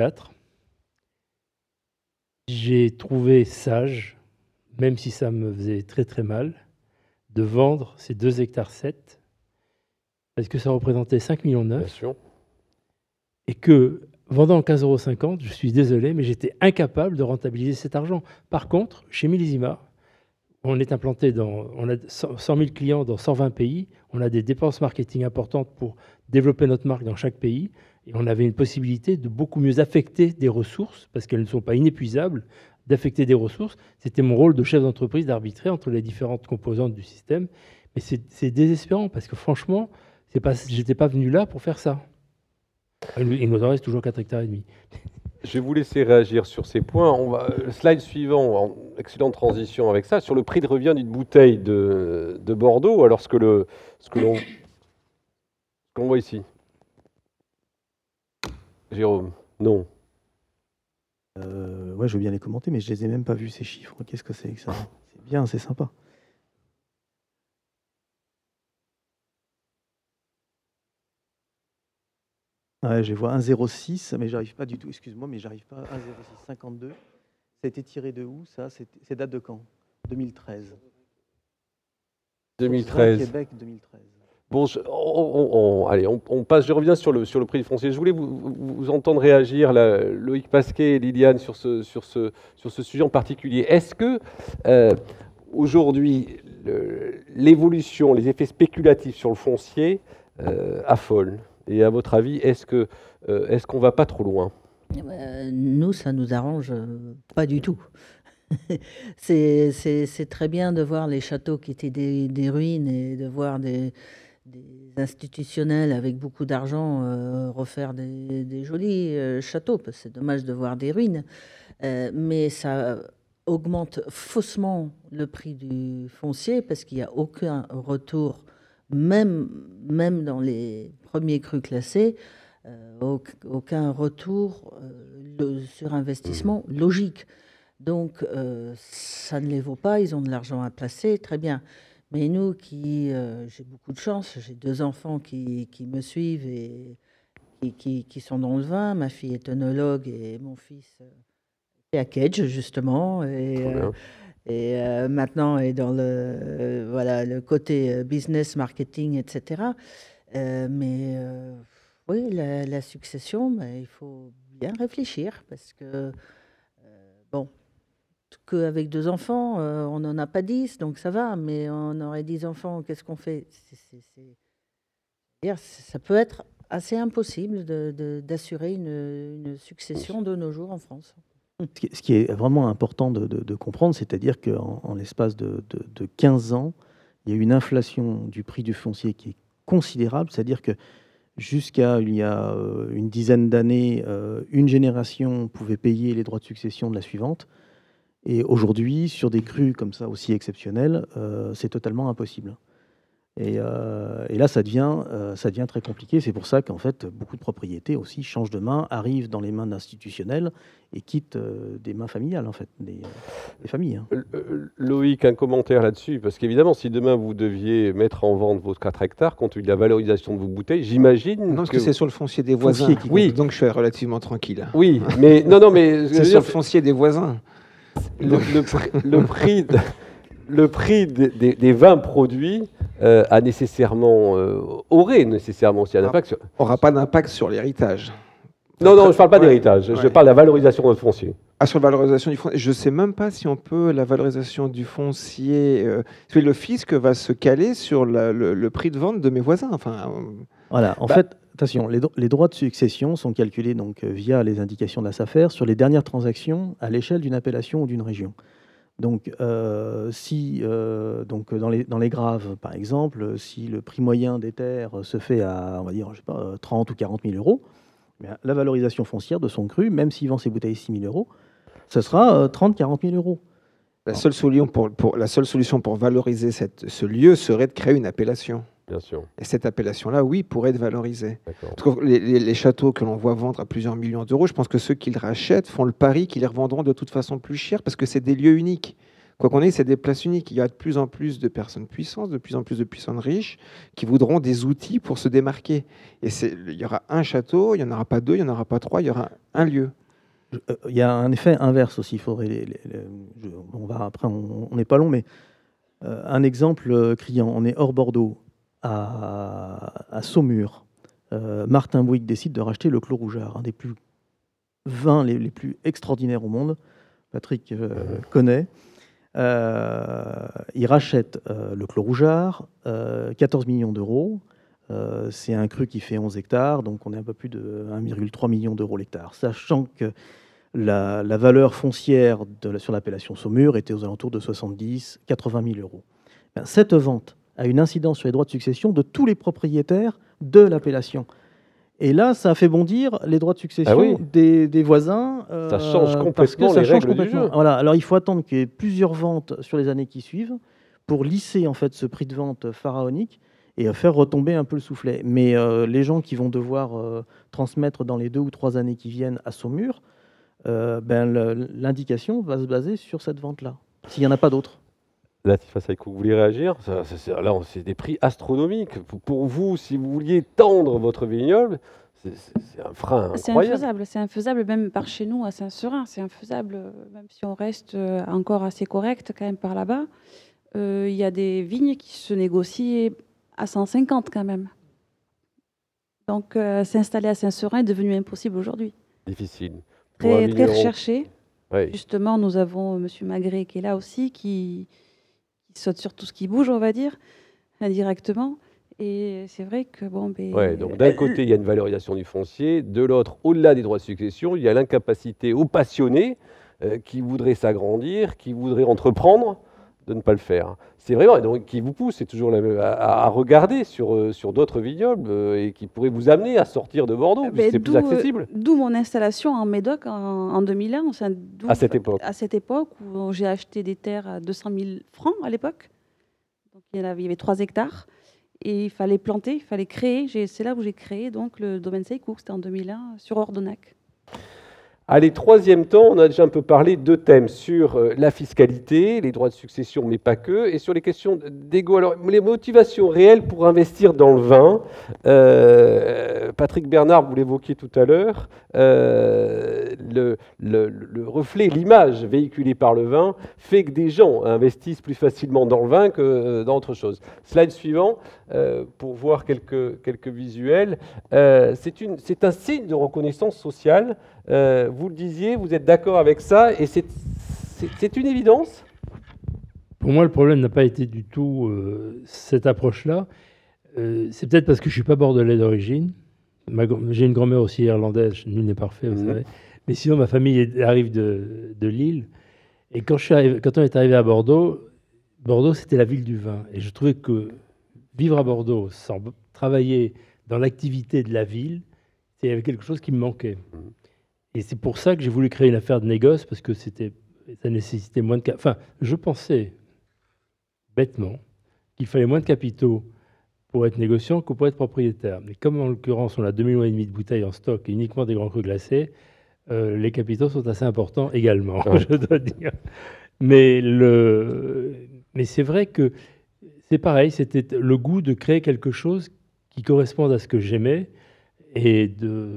j'ai trouvé sage, même si ça me faisait très très mal, de vendre ces 2 hectares 7, parce que ça représentait 5,9 millions, Bien sûr. et que, vendant 15,50 €, je suis désolé, mais j'étais incapable de rentabiliser cet argent. Par contre, chez Millésima, on est implanté on a 100 000 clients dans 120 pays, on a des dépenses marketing importantes pour développer notre marque dans chaque pays, et on avait une possibilité de beaucoup mieux affecter des ressources, parce qu'elles ne sont pas inépuisables, d'affecter des ressources. C'était mon rôle de chef d'entreprise d'arbitrer entre les différentes composantes du système. Mais c'est désespérant, parce que franchement, je n'étais pas venu là pour faire ça. Il nous en reste toujours 4 hectares et demi. Je vais vous laisser réagir sur ces points. Le slide suivant, excellente transition avec ça, sur le prix de revient d'une bouteille de Bordeaux. Alors, ce que l'on voit ici. Jérôme, non. Ouais, je veux bien les commenter, mais je les ai même pas vus, ces chiffres. Qu'est-ce que c'est que ça? C'est bien, c'est sympa. Ouais, je vois 1,06, mais j'arrive pas du tout. Excuse-moi, mais j'arrive pas. 1,0652. Ça a été tiré de où, ça? C'est date de quand? 2013. 2013. Québec, 2013. Bon, allez, on passe. Je reviens sur le prix du foncier. Je voulais vous entendre réagir, là, Loïc Pasquet et Liliane, sur ce sujet en particulier. Est-ce que aujourd'hui, l'évolution, les effets spéculatifs sur le foncier affolent? Et à votre avis, est-ce qu'on va pas trop loin? Nous, ça nous arrange pas du tout. C'est très bien de voir les châteaux qui étaient des ruines et de voir des institutionnels avec beaucoup d'argent refaire des jolis châteaux, parce que c'est dommage de voir des ruines. Mais ça augmente faussement le prix du foncier, parce qu'il n'y a aucun retour, même dans les premiers crus classés, aucun retour sur investissement logique. Donc, ça ne les vaut pas, ils ont de l'argent à placer, très bien. Mais nous, j'ai beaucoup de chance, j'ai 2 enfants qui me suivent et qui sont dans le vin. Ma fille est œnologue et mon fils est à Kedge, justement. Et maintenant est dans le côté business, marketing, etc. Mais oui, la succession, il faut bien réfléchir, parce que, bon, qu'avec 2 enfants, on n'en a pas 10, donc ça va, mais on aurait 10 enfants, qu'est-ce qu'on fait? Ça peut être assez impossible d'assurer une succession de nos jours en France. Ce qui est vraiment important de comprendre, c'est-à-dire qu'en l'espace de 15 ans, il y a eu une inflation du prix du foncier qui est considérable, c'est-à-dire que jusqu'à il y a une dizaine d'années, une génération pouvait payer les droits de succession de la suivante. Et aujourd'hui, sur des crus comme ça aussi exceptionnels, c'est totalement impossible. Et là, ça devient très compliqué. C'est pour ça qu'en fait, beaucoup de propriétés aussi changent de main, arrivent dans les mains d'institutionnels et quittent des mains familiales, en fait, des familles. Hein. Loïc, un commentaire là-dessus, parce qu'évidemment, si demain vous deviez mettre en vente vos 4 hectares, compte tenu de la valorisation de vos bouteilles, j'imagine. Non, parce que c'est sur le foncier des voisins. Oui, donc je suis relativement tranquille. Oui, mais non, mais c'est sur le foncier des voisins. Le prix des vins produits a nécessairement, aurait nécessairement aussi un impact. Aura pas d'impact sur l'héritage. Non, je ne parle pas d'héritage, je parle de la valorisation de votre foncier. Ah, sur la valorisation du foncier, je ne sais même pas si on peut, la valorisation du foncier, le fisc va se caler sur le prix de vente de mes voisins. Enfin, voilà, en fait, attention, les droits de succession sont calculés donc, via les indications de la SAFER sur les dernières transactions à l'échelle d'une appellation ou d'une région. Donc, donc dans les Graves, par exemple, si le prix moyen des terres se fait à, on va dire, je sais pas, 30 ou 40 000 euros, bien, la valorisation foncière de son cru, même s'il vend ses bouteilles 6 000 euros, ce sera 30-40 000 euros. La seule solution pour valoriser ce lieu serait de créer une appellation. Bien sûr. Et cette appellation-là, oui, pourrait être valorisée. Parce que les châteaux que l'on voit vendre à plusieurs millions d'euros, je pense que ceux qui les rachètent font le pari qu'ils les revendront de toute façon plus cher parce que c'est des lieux uniques. Quoi qu'on ait, c'est des places uniques. Il y a de plus en plus de personnes puissantes, de plus en plus de personnes riches qui voudront des outils pour se démarquer. Et il y aura un château, il n'y en aura pas deux, il n'y en aura pas trois, il y aura un lieu. Il y a un effet inverse aussi. Il faudrait on n'est pas long, mais un exemple criant. On est hors Bordeaux, à Saumur. Martin Bouygues décide de racheter le Clos Rougeard, un des vins les plus extraordinaires au monde. Patrick connaît. Il rachète le Clos Rougeard, 14 millions d'euros. C'est un cru qui fait 11 hectares, donc on est un peu plus de 1,3 million d'euros l'hectare. Sachant que la valeur foncière sur l'appellation Saumur était aux alentours de 70 000-80 000 euros. Cette vente a une incidence sur les droits de succession de tous les propriétaires de l'appellation. Et là, ça a fait bondir les droits de succession des voisins. Ça change complètement les règles du jeu. Voilà. Alors, il faut attendre qu'il y ait plusieurs ventes sur les années qui suivent pour lisser en fait ce prix de vente pharaonique et faire retomber un peu le soufflet. Mais les gens qui vont devoir transmettre dans les 2 ou 3 années qui viennent à Saumur, l'indication va se baser sur cette vente-là, s'il n'y en a pas d'autres. Là, vous voulez réagir? Là, c'est des prix astronomiques. Pour vous, si vous vouliez tendre votre vignoble, c'est un frein incroyable. C'est infaisable, même par chez nous, à Saint-Seurin. C'est infaisable, même si on reste encore assez correct quand même par là-bas. Il y a des vignes qui se négocient à 150 quand même. Donc, s'installer à Saint-Seurin est devenu impossible aujourd'hui. Difficile. Très recherché. Oui. Justement, nous avons M. Magret qui est là aussi, qui saute sur tout ce qui bouge, on va dire, indirectement. Et c'est vrai que donc d'un côté, il y a une valorisation du foncier, de l'autre, au-delà des droits de succession, il y a l'incapacité aux passionnés qui voudraient s'agrandir, qui voudraient entreprendre, de ne pas le faire. C'est vraiment, et donc qui vous pousse, c'est toujours à regarder sur d'autres vignobles et qui pourrait vous amener à sortir de Bordeaux, puisque c'est plus accessible. D'où mon installation en Médoc en 2001. À cette époque. À cette époque où j'ai acheté des terres à 200 000 francs à l'époque. Donc il y avait 3 hectares et il fallait planter, il fallait créer. C'est là où j'ai créé donc le domaine Seikouk, c'était en 2001 sur Ordonac. Allez, troisième temps, on a déjà un peu parlé de thèmes sur la fiscalité, les droits de succession, mais pas que, et sur les questions d'égo. Alors, les motivations réelles pour investir dans le vin, Patrick Bernard, vous l'évoquiez tout à l'heure, le reflet, l'image véhiculée par le vin fait que des gens investissent plus facilement dans le vin que dans autre chose. Slide suivant, pour voir quelques visuels. C'est un signe de reconnaissance sociale. Vous le disiez, vous êtes d'accord avec ça, et c'est une évidence? Pour moi, le problème n'a pas été du tout cette approche-là. C'est peut-être parce que je ne suis pas bordelais d'origine. J'ai une grand-mère aussi irlandaise, nul n'est parfait, vous savez. Mais sinon, ma famille arrive de Lille. Et quand on est arrivé à Bordeaux, c'était la ville du vin. Et je trouvais que vivre à Bordeaux sans travailler dans l'activité de la ville, il y avait quelque chose qui me manquait. Et c'est pour ça que j'ai voulu créer une affaire de négoce, parce que ça nécessitait moins de... Enfin, je pensais, bêtement, qu'il fallait moins de capitaux pour être négociant que pour être propriétaire. Mais comme en l'occurrence, on a 2,5 millions de bouteilles en stock et uniquement des grands crus glacés, les capitaux sont assez importants également, je dois dire. Mais c'est vrai que c'est pareil, c'était le goût de créer quelque chose qui corresponde à ce que j'aimais et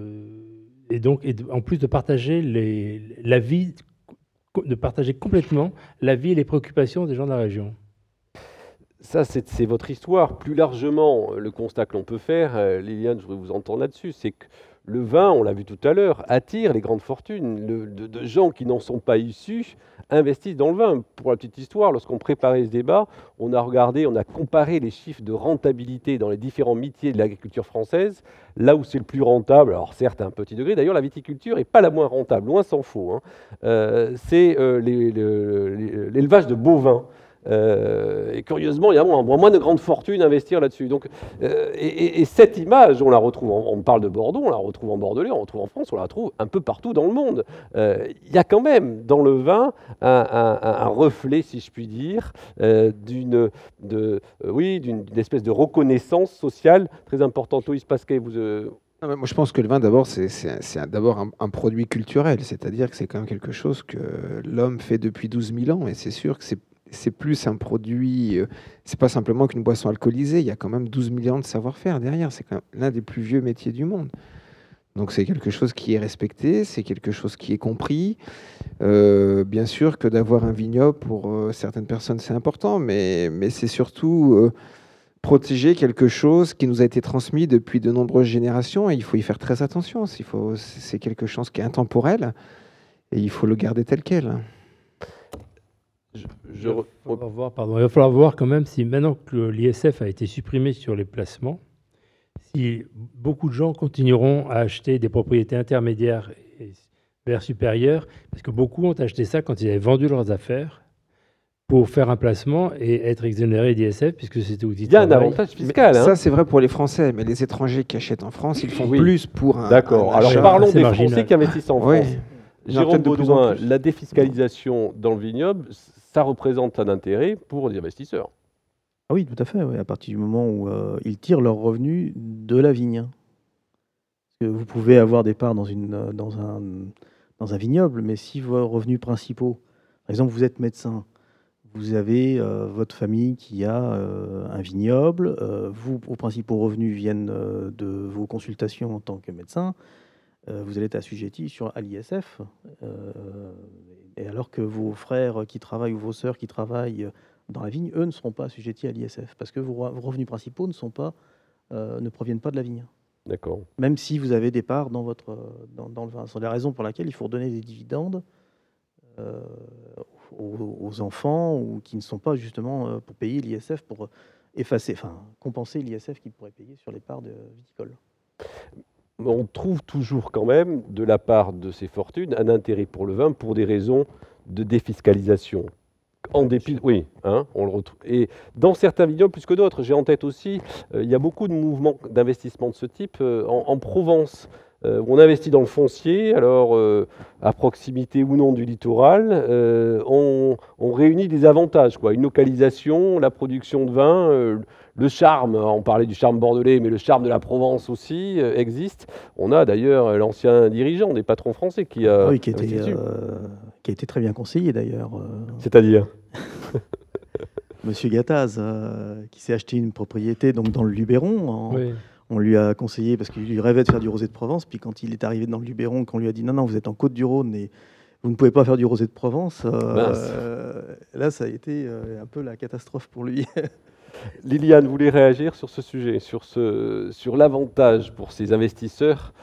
en plus de partager la vie, de partager complètement la vie et les préoccupations des gens de la région. Ça, c'est votre histoire. Plus largement, le constat que l'on peut faire, Liliane, je voudrais vous entendre là-dessus, c'est que le vin, on l'a vu tout à l'heure, attire les grandes fortunes. De gens qui n'en sont pas issus investissent dans le vin. Pour la petite histoire, lorsqu'on préparait ce débat, on a comparé les chiffres de rentabilité dans les différents métiers de l'agriculture française, là où c'est le plus rentable, alors certes à un petit degré, d'ailleurs la viticulture n'est pas la moins rentable, loin s'en faut, c'est l'élevage de bovins. Et curieusement, il y a moins de grandes fortunes à investir là-dessus. Donc, et cette image, on la retrouve, on parle de Bordeaux, on la retrouve en Bordelais, on la retrouve en France, on la retrouve un peu partout dans le monde. Il y a quand même dans le vin un reflet, si je puis dire, d'une espèce de reconnaissance sociale très importante. Loïs Pasquet, vous... Moi, je pense que le vin, d'abord, c'est d'abord un produit culturel, c'est-à-dire que c'est quand même quelque chose que l'homme fait depuis 12 000 ans, et c'est sûr que c'est plus un produit, c'est pas simplement qu'une boisson alcoolisée, il y a quand même 12 millions de savoir-faire derrière, c'est quand même l'un des plus vieux métiers du monde. Donc c'est quelque chose qui est respecté, c'est quelque chose qui est compris. Bien sûr que d'avoir un vignoble, pour certaines personnes, c'est important, mais c'est surtout protéger quelque chose qui nous a été transmis depuis de nombreuses générations, et il faut y faire très attention. C'est quelque chose qui est intemporel, et il faut le garder tel quel. Il va falloir voir quand même si maintenant que l'ISF a été supprimé sur les placements, si beaucoup de gens continueront à acheter des propriétés intermédiaires vers supérieures, parce que beaucoup ont acheté ça quand ils avaient vendu leurs affaires pour faire un placement et être exonérés d'ISF, puisque c'était outil de travail. Il y a un avantage fiscal. Ça, c'est vrai pour les Français, mais les étrangers qui achètent en France, ils font plus pour un... D'accord. Alors parlons des Français qui investissent en France. Oui. Jérôme Baudouin, la défiscalisation dans le vignoble, ça représente un intérêt pour les investisseurs. Ah oui, tout à fait. Oui. À partir du moment où ils tirent leurs revenus de la vigne. Parce que vous pouvez avoir des parts dans un vignoble, mais si vos revenus principaux, par exemple, vous êtes médecin, vous avez votre famille qui a un vignoble, vos principaux revenus viennent de vos consultations en tant que médecin, vous allez être assujetti à l'ISF, et alors que vos frères qui travaillent ou vos sœurs qui travaillent dans la vigne, eux ne seront pas assujettis à l'ISF, parce que vos revenus principaux ne proviennent pas de la vigne. D'accord. Même si vous avez des parts dans le vin. C'est la raison pour laquelle il faut redonner des dividendes aux enfants, ou qui ne sont pas justement pour payer l'ISF, pour compenser l'ISF qu'ils pourraient payer sur les parts viticoles. On trouve toujours quand même, de la part de ces fortunes, un intérêt pour le vin pour des raisons de défiscalisation. En dépit, oui, on le retrouve. Et dans certains vignobles plus que d'autres, j'ai en tête aussi, il y a beaucoup de mouvements d'investissement de ce type en Provence. On investit dans le foncier, alors à proximité ou non du littoral, on réunit des avantages, quoi. Une localisation, la production de vin, le charme, on parlait du charme bordelais, mais le charme de la Provence aussi existe. On a d'ailleurs l'ancien dirigeant des patrons français qui a été très bien conseillé d'ailleurs. C'est-à-dire Monsieur Gattaz, qui s'est acheté une propriété donc dans le Luberon. Oui. On lui a conseillé, parce qu'il rêvait de faire du rosé de Provence, puis quand il est arrivé dans le Luberon, qu'on lui a dit non, vous êtes en Côte-du-Rhône et vous ne pouvez pas faire du rosé de Provence, là ça a été un peu la catastrophe pour lui. Liliane, vous voulez réagir sur ce sujet, sur l'avantage pour ces investisseurs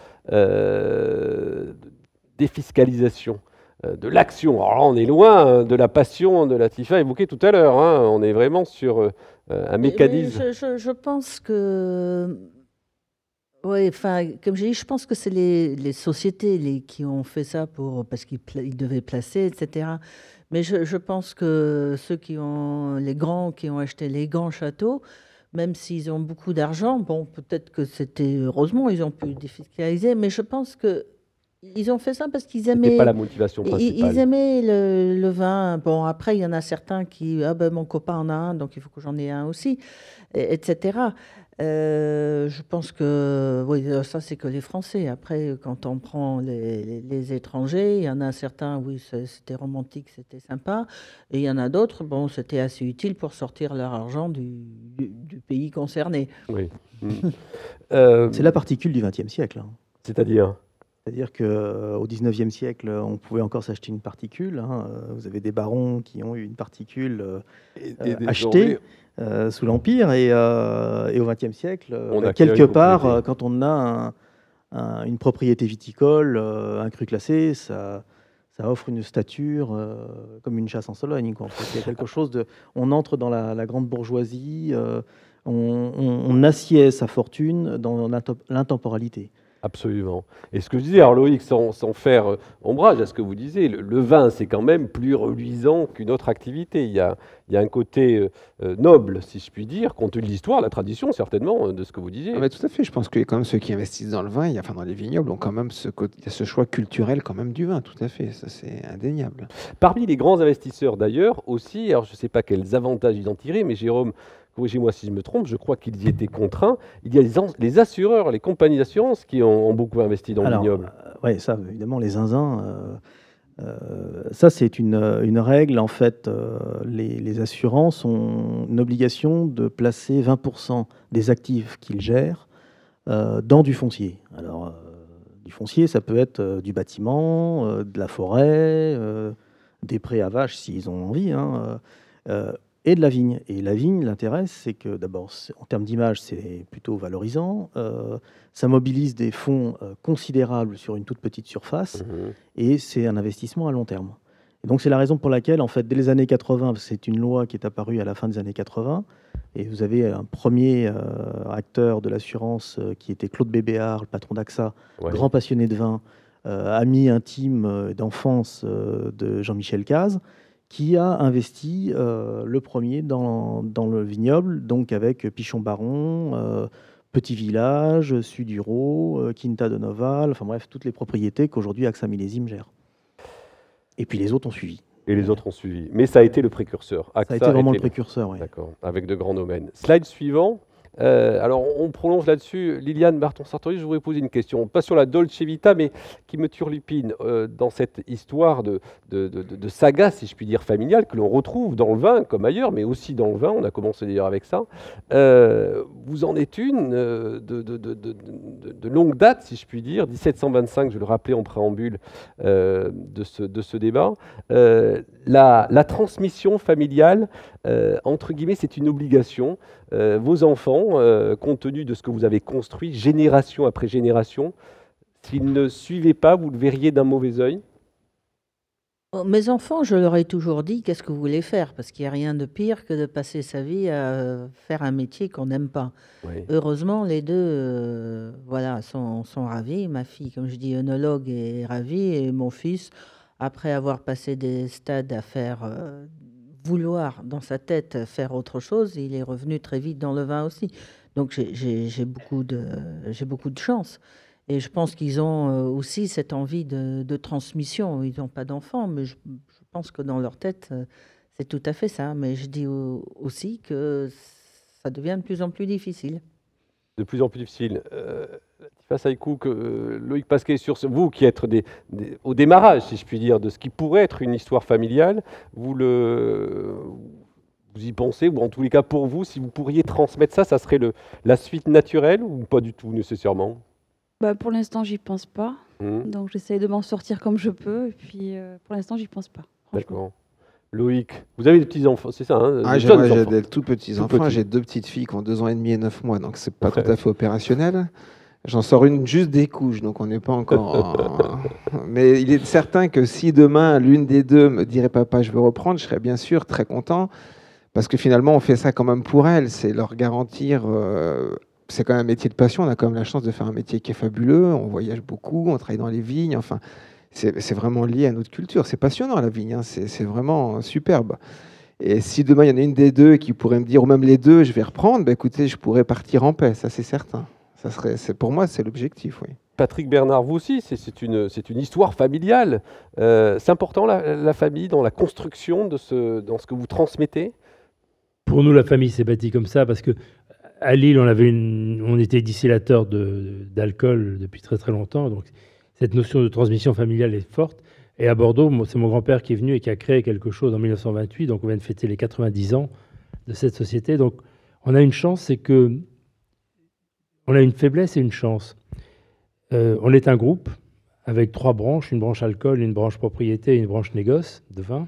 défiscalisation de l'action. Alors là, on est loin de la passion de Latifa évoquée tout à l'heure. On est vraiment sur un mécanisme. Je pense que... Oui, comme j'ai dit, je pense que c'est les sociétés qui ont fait ça parce qu'ils devaient placer, etc. Mais je pense que les grands qui ont acheté les grands châteaux, même s'ils ont beaucoup d'argent, bon, peut-être que c'était heureusement, ils ont pu défiscaliser, mais je pense que Ils ont fait ça parce qu'ils C'était aimaient, pas la motivation ils principale. aimaient le vin. Bon, après, il y en a certains qui, ah ben mon copain en a un, donc il faut que j'en ai un aussi, etc. Je pense que, oui, ça c'est que les Français. Après, quand on prend les étrangers, il y en a certains, oui, c'était romantique, c'était sympa, et il y en a d'autres, bon, c'était assez utile pour sortir leur argent du pays concerné. Oui. Mm. C'est la particule du XXe siècle, hein. C'est-à-dire, C'est-à-dire qu'au XIXe siècle, on pouvait encore s'acheter une particule, hein. Vous avez des barons qui ont eu une particule achetée sous l'Empire, et au XXe siècle, On acquiert quelque une part, propriété. quand on a une propriété viticole, un cru classé, ça offre une stature comme une chasse en Sologne, quoi. En fait, il y a quelque chose de... On entre dans la grande bourgeoisie, on assied sa fortune dans l'intemporalité. Absolument. Et ce que je disais, alors Loïc, sans faire ombrage à ce que vous disiez, le vin, c'est quand même plus reluisant qu'une autre activité. Il y a un côté noble, si je puis dire, compte tenu de l'histoire, la tradition, certainement, de ce que vous disiez. Ah, mais tout à fait. Je pense que quand même ceux qui investissent dans le vin, enfin dans les vignobles, ont quand même il y a ce choix culturel quand même du vin. Tout à fait. Ça, c'est indéniable. Parmi les grands investisseurs, d'ailleurs, aussi, alors je ne sais pas quels avantages ils en tiraient, mais Jérôme, corrigez-moi si je me trompe, je crois qu'ils y étaient contraints. Il y a les assureurs, les compagnies d'assurance qui ont beaucoup investi dans le vignoble. Oui, ça, évidemment, les zinzins, ça, c'est une règle. En fait, les assurances ont une obligation de placer 20% des actifs qu'ils gèrent dans du foncier. Alors, du foncier, ça peut être du bâtiment, de la forêt, des prés à vaches s'ils ont envie, hein, et de la vigne. Et la vigne, l'intérêt, c'est que d'abord, en termes d'image, c'est plutôt valorisant. Ça mobilise des fonds considérables sur une toute petite surface, et c'est un investissement à long terme. Et donc, c'est la raison pour laquelle, en fait, dès les années 80, c'est une loi qui est apparue à la fin des années 80, et vous avez un premier acteur de l'assurance qui était Claude Bébéard, le patron d'AXA, Ouais. grand passionné de vin, ami intime d'enfance de Jean-Michel Cazes, qui a investi le premier dans le vignoble, donc avec Pichon Baron, Petit Village, Suduro, Quinta de Noval, enfin bref, toutes les propriétés qu'aujourd'hui AXA Millésime gère. Et puis les autres ont suivi. Et les autres ont suivi. Mais ça a été le précurseur. Ça a été vraiment le précurseur, oui. D'accord, avec de grands domaines. Slide suivant. Alors, on prolonge là-dessus. Liliane Barton-Sartori, je voudrais poser une question, pas sur la Dolce Vita, mais qui me turlupine dans cette histoire de saga, si je puis dire, familiale, que l'on retrouve dans le vin comme ailleurs, mais aussi dans le vin. On a commencé d'ailleurs avec ça. Vous en êtes une de longue date, si je puis dire, 1725, je le rappelais en préambule de ce débat. La transmission familiale, entre guillemets, c'est une obligation. Vos enfants, compte tenu de ce que vous avez construit, génération après génération, s'ils ne suivaient pas, vous le verriez d'un mauvais œil? Mes enfants, je leur ai toujours dit qu'est-ce que vous voulez faire, parce qu'il n'y a rien de pire que de passer sa vie à faire un métier qu'on n'aime pas. Oui. Heureusement, les deux voilà, sont ravis. Ma fille, comme je dis, œnologue, est ravie, et mon fils, après avoir passé des stades à faire vouloir dans sa tête faire autre chose, il est revenu très vite dans le vin aussi. Donc j'ai beaucoup de chance. Et je pense qu'ils ont aussi cette envie de transmission. Ils n'ont pas d'enfants, mais je pense que dans leur tête, c'est tout à fait ça. Mais je dis aussi que ça devient de plus en plus difficile. De plus en plus difficile. Face à coup, Loïc Pasquet, sur vous qui êtes au démarrage, si je puis dire, de ce qui pourrait être une histoire familiale, vous y pensez, ou en tous les cas pour vous, si vous pourriez transmettre ça, ça serait la suite naturelle ou pas du tout nécessairement? Bah, pour l'instant, j'y pense pas. Donc, j'essaie de m'en sortir comme je peux. Et puis, pour l'instant, j'y pense pas. D'accord. Loïc, vous avez des petits-enfants, c'est ça, hein? Ah, j'ai des tout petits-enfants. J'ai 2 petites filles qui ont 2 ans et demi et 9 mois, donc c'est pas tout à fait opérationnel. J'en sors une juste des couches, donc on n'est pas encore... Mais il est certain que si demain, l'une des deux me dirait « Papa, je veux reprendre », je serais bien sûr très content, parce que finalement, on fait ça quand même pour elles. C'est leur garantir... c'est quand même un métier de passion. On a quand même la chance de faire un métier qui est fabuleux. On voyage beaucoup, on travaille dans les vignes. Enfin, c'est vraiment lié à notre culture. C'est passionnant, la vigne, hein. C'est vraiment superbe. Et si demain, il y en a une des deux qui pourrait me dire, ou même les deux, je vais reprendre, bah, écoutez, je pourrais partir en paix. Ça, c'est certain. Pour moi, c'est l'objectif, oui. Patrick Bernard, vous aussi, c'est une histoire familiale. C'est important la famille dans la construction dans ce que vous transmettez? Pour nous, la famille s'est bâtie comme ça parce que à Lille, on était distillateurs d'alcool depuis très très longtemps. Donc cette notion de transmission familiale est forte. Et à Bordeaux, c'est mon grand-père qui est venu et qui a créé quelque chose en 1928. Donc on vient de fêter les 90 ans de cette société. Donc on a une chance, c'est que on a une faiblesse et une chance. On est un groupe avec 3 branches, une branche alcool, une branche propriété et une branche négoce de vin.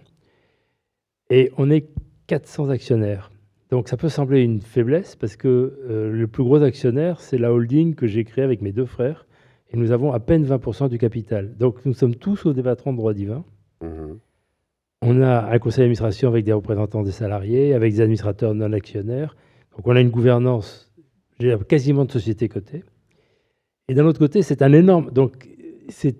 Et on est 400 actionnaires. Donc ça peut sembler une faiblesse parce que le plus gros actionnaire, c'est la holding que j'ai créée avec mes 2 frères. Et nous avons à peine 20% du capital. Donc nous sommes tous au patrons de droit divin. On a un conseil d'administration avec des représentants des salariés, avec des administrateurs non actionnaires. Donc on a une gouvernance quasiment de société cotée. Et d'un autre côté, c'est un énorme... Donc c'est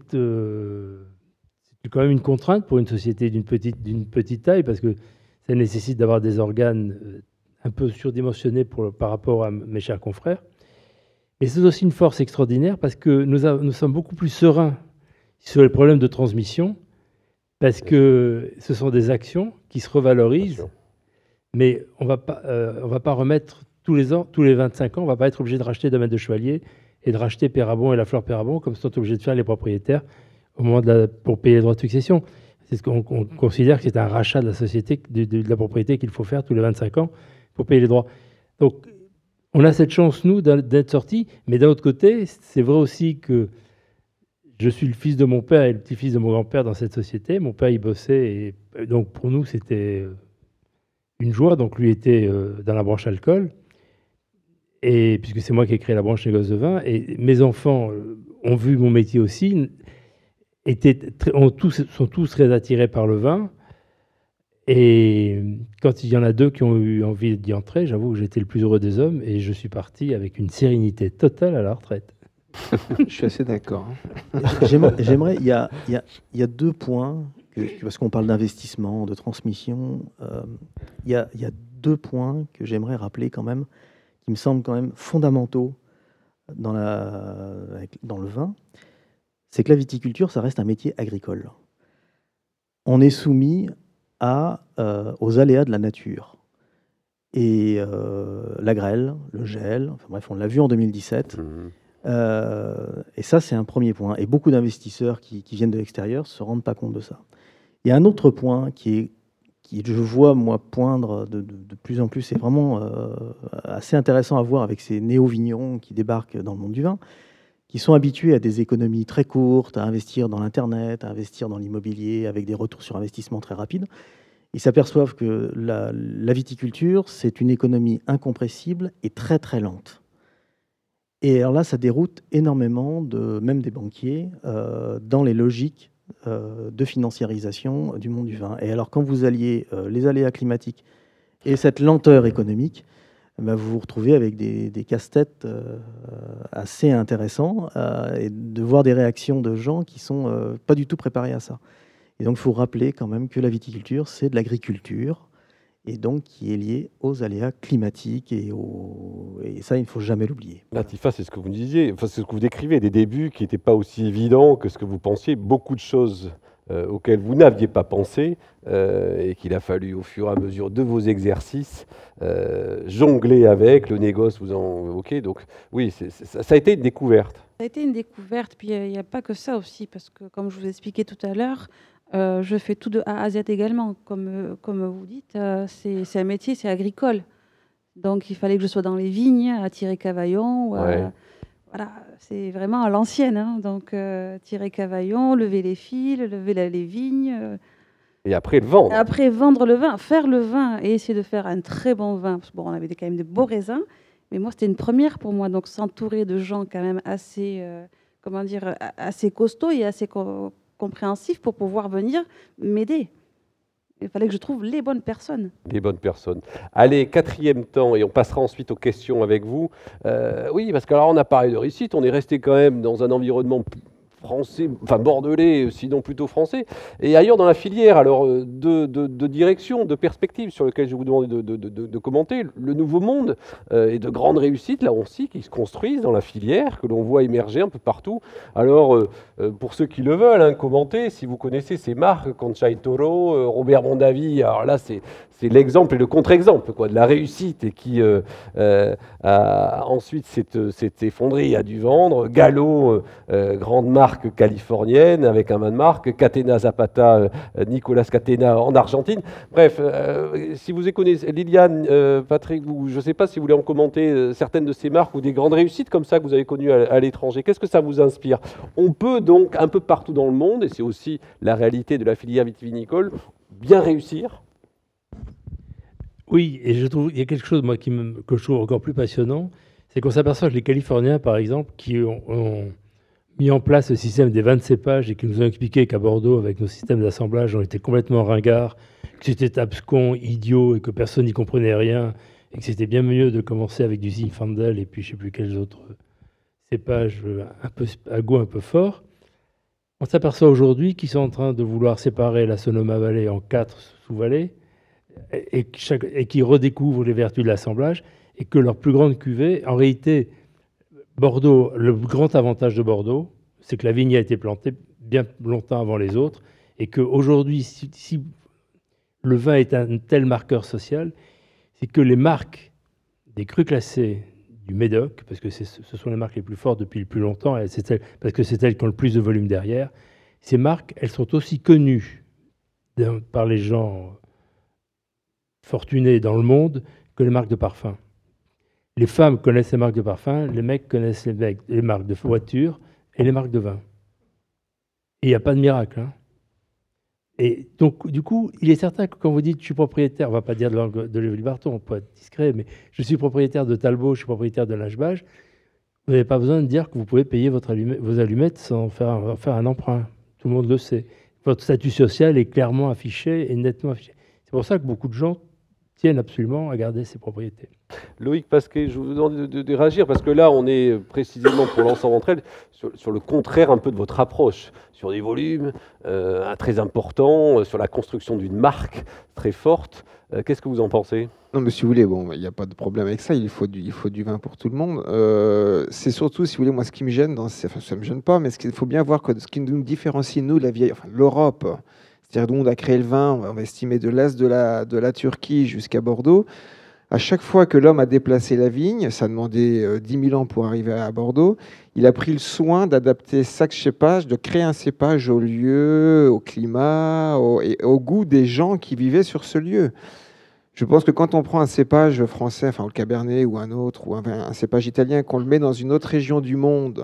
quand même une contrainte pour une société d'une petite taille parce que ça nécessite d'avoir des organes un peu surdimensionnés par rapport à mes chers confrères. Mais c'est aussi une force extraordinaire parce que nous sommes beaucoup plus sereins sur les problèmes de transmission parce que ce sont des actions qui se revalorisent. Mais on va pas remettre tous les ans, tous les 25 ans, on ne va pas être obligé de racheter Domaine de Chevalier et de racheter Pérabon et la Fleur Pérabon comme sont obligés de faire les propriétaires au moment pour payer les droits de succession. C'est ce qu'on considère que c'est un rachat de la société, de la propriété qu'il faut faire tous les 25 ans pour payer les droits. Donc, on a cette chance, nous, d'être sortis, mais d'un autre côté, c'est vrai aussi que je suis le fils de mon père et le petit-fils de mon grand-père dans cette société. Mon père, il bossait, et donc pour nous, c'était une joie. Donc lui était dans la branche alcool, et puisque c'est moi qui ai créé la branche négoce de vin, et mes enfants ont vu mon métier aussi, sont tous très attirés par le vin. Et quand il y en a 2 qui ont eu envie d'y entrer, j'avoue que j'étais le plus heureux des hommes et je suis parti avec une sérénité totale à la retraite. Je suis assez d'accord. J'aimerais, il y a 2 points, parce qu'on parle d'investissement, de transmission, il y a 2 points que j'aimerais rappeler quand même, qui me semblent quand même fondamentaux dans le vin. C'est que la viticulture, ça reste un métier agricole. On est soumis aux aléas de la nature. Et la grêle, le gel, enfin bref, on l'a vu en 2017. Et ça, c'est un premier point. Et beaucoup d'investisseurs qui viennent de l'extérieur ne se rendent pas compte de ça. Il y a un autre point qui je vois, moi, poindre de plus en plus, c'est vraiment assez intéressant à voir avec ces néo-vignerons qui débarquent dans le monde du vin, qui sont habitués à des économies très courtes, à investir dans l'Internet, à investir dans l'immobilier, avec des retours sur investissement très rapides. Ils s'aperçoivent que la viticulture, c'est une économie incompressible et très très lente. Et alors là, ça déroute énormément, même des banquiers, dans les logiques de financiarisation du monde du vin. Et alors, quand vous alliez les aléas climatiques et cette lenteur économique, vous vous retrouvez avec des casse-têtes assez intéressants et de voir des réactions de gens qui ne sont pas du tout préparés à ça. Et donc, il faut rappeler quand même que la viticulture, c'est de l'agriculture et donc qui est liée aux aléas climatiques et ça, il ne faut jamais l'oublier. Latifa, c'est ce que vous disiez, enfin, c'est ce que vous décrivez, des débuts qui n'étaient pas aussi évidents que ce que vous pensiez, beaucoup de choses auxquelles vous n'aviez pas pensé et qu'il a fallu au fur et à mesure de vos exercices jongler avec, le négoce vous en évoquez, donc oui, ça a été une découverte. Ça a été une découverte, puis il n'y a pas que ça aussi, parce que comme je vous expliquais tout à l'heure, je fais tout de A à Z également, comme vous dites, c'est un métier, c'est agricole, donc il fallait que je sois dans les vignes, à tirer cavaillon, voilà, c'est vraiment à l'ancienne, hein. Donc tirer cavaillon, lever les fils, lever les vignes. Et après le vendre. Après vendre le vin, faire le vin et essayer de faire un très bon vin. Parce que, bon, on avait quand même de beaux raisins, mais moi c'était une première pour moi. Donc s'entourer de gens quand même assez, assez costauds et assez compréhensifs pour pouvoir venir m'aider. Il fallait que je trouve les bonnes personnes. Les bonnes personnes. Allez, 4e temps, et on passera ensuite aux questions avec vous. Oui, parce que alors on a parlé de réussite, on est resté quand même dans un environnement français, enfin bordelais, sinon plutôt français, et ailleurs dans la filière. Alors, de direction, de perspective sur lequel je vous demande de commenter, le nouveau monde et de grandes réussites, là aussi, qui se construisent dans la filière, que l'on voit émerger un peu partout. Alors, pour ceux qui le veulent, hein, commenter, si vous connaissez ces marques, Concha y Toro, Robert Mondavi, alors là, c'est l'exemple et le contre-exemple de la réussite et qui ensuite s'est effondré et a dû vendre. Gallo, grande marque californienne avec un vin de marque, Catena Zapata, Nicolas Catena en Argentine. Bref, si vous connaissez, Liliane, Patrick, je ne sais pas si vous voulez en commenter certaines de ces marques ou des grandes réussites comme ça que vous avez connues à l'étranger. Qu'est-ce que ça vous inspire? On peut donc un peu partout dans le monde, et c'est aussi la réalité de la filière vitivinicole, bien réussir. Oui, et je trouve il y a quelque chose moi que je trouve encore plus passionnant, c'est qu'on s'aperçoit que les Californiens, par exemple, qui ont mis en place le système des 20 cépages et qui nous ont expliqué qu'à Bordeaux, avec nos systèmes d'assemblage, on était complètement ringards, que c'était abscon, idiot et que personne n'y comprenait rien, et que c'était bien mieux de commencer avec du Zinfandel et puis je ne sais plus quels autres cépages un peu à goût un peu fort. On s'aperçoit aujourd'hui qu'ils sont en train de vouloir séparer la Sonoma Valley en 4 sous-vallées et qui redécouvrent les vertus de l'assemblage et que leur plus grande cuvée, en réalité, Bordeaux, le grand avantage de Bordeaux, c'est que la vigne a été plantée bien longtemps avant les autres et qu'aujourd'hui, si le vin est un tel marqueur social, c'est que les marques des crus classés du Médoc, parce que ce sont les marques les plus fortes depuis le plus longtemps, et parce que c'est elles qui ont le plus de volume derrière, ces marques, elles sont aussi connues par les gens fortunés dans le monde que les marques de parfum. Les femmes connaissent les marques de parfum, les mecs connaissent les marques de voitures et les marques de vin. Et il n'y a pas de miracle. Hein. Et donc, du coup, il est certain que quand vous dites « je suis propriétaire », on ne va pas dire de Lévy-Barton, on peut être discret, mais « je suis propriétaire de Talbot, je suis propriétaire de Lynchebage », vous n'avez pas besoin de dire que vous pouvez payer vos allumettes sans faire un emprunt. Tout le monde le sait. Votre statut social est clairement affiché et nettement affiché. C'est pour ça que beaucoup de gens tiennent absolument à garder ces propriétés. Loïc Pasquet, je vous demande de réagir parce que là, on est précisément pour l'ensemble d'entre elles sur le contraire un peu de votre approche, sur des volumes très importants, sur la construction d'une marque très forte. Qu'est-ce que vous en pensez? Non, mais si vous voulez, bon, il n'y a pas de problème avec ça. Il faut du vin pour tout le monde. C'est surtout, si vous voulez, moi, ce qui me gêne, ça ne me gêne pas, mais il faut bien voir que ce qui nous différencie, nous, l'Europe. C'est-à-dire nous, on a créé le vin, on va estimer de l'est de la Turquie jusqu'à Bordeaux. À chaque fois que l'homme a déplacé la vigne, ça demandait 10 000 ans pour arriver à Bordeaux, il a pris le soin d'adapter chaque cépage, de créer un cépage au lieu, au climat et au goût des gens qui vivaient sur ce lieu. Je pense que quand on prend un cépage français, enfin le Cabernet ou un autre, ou un cépage italien, qu'on le met dans une autre région du monde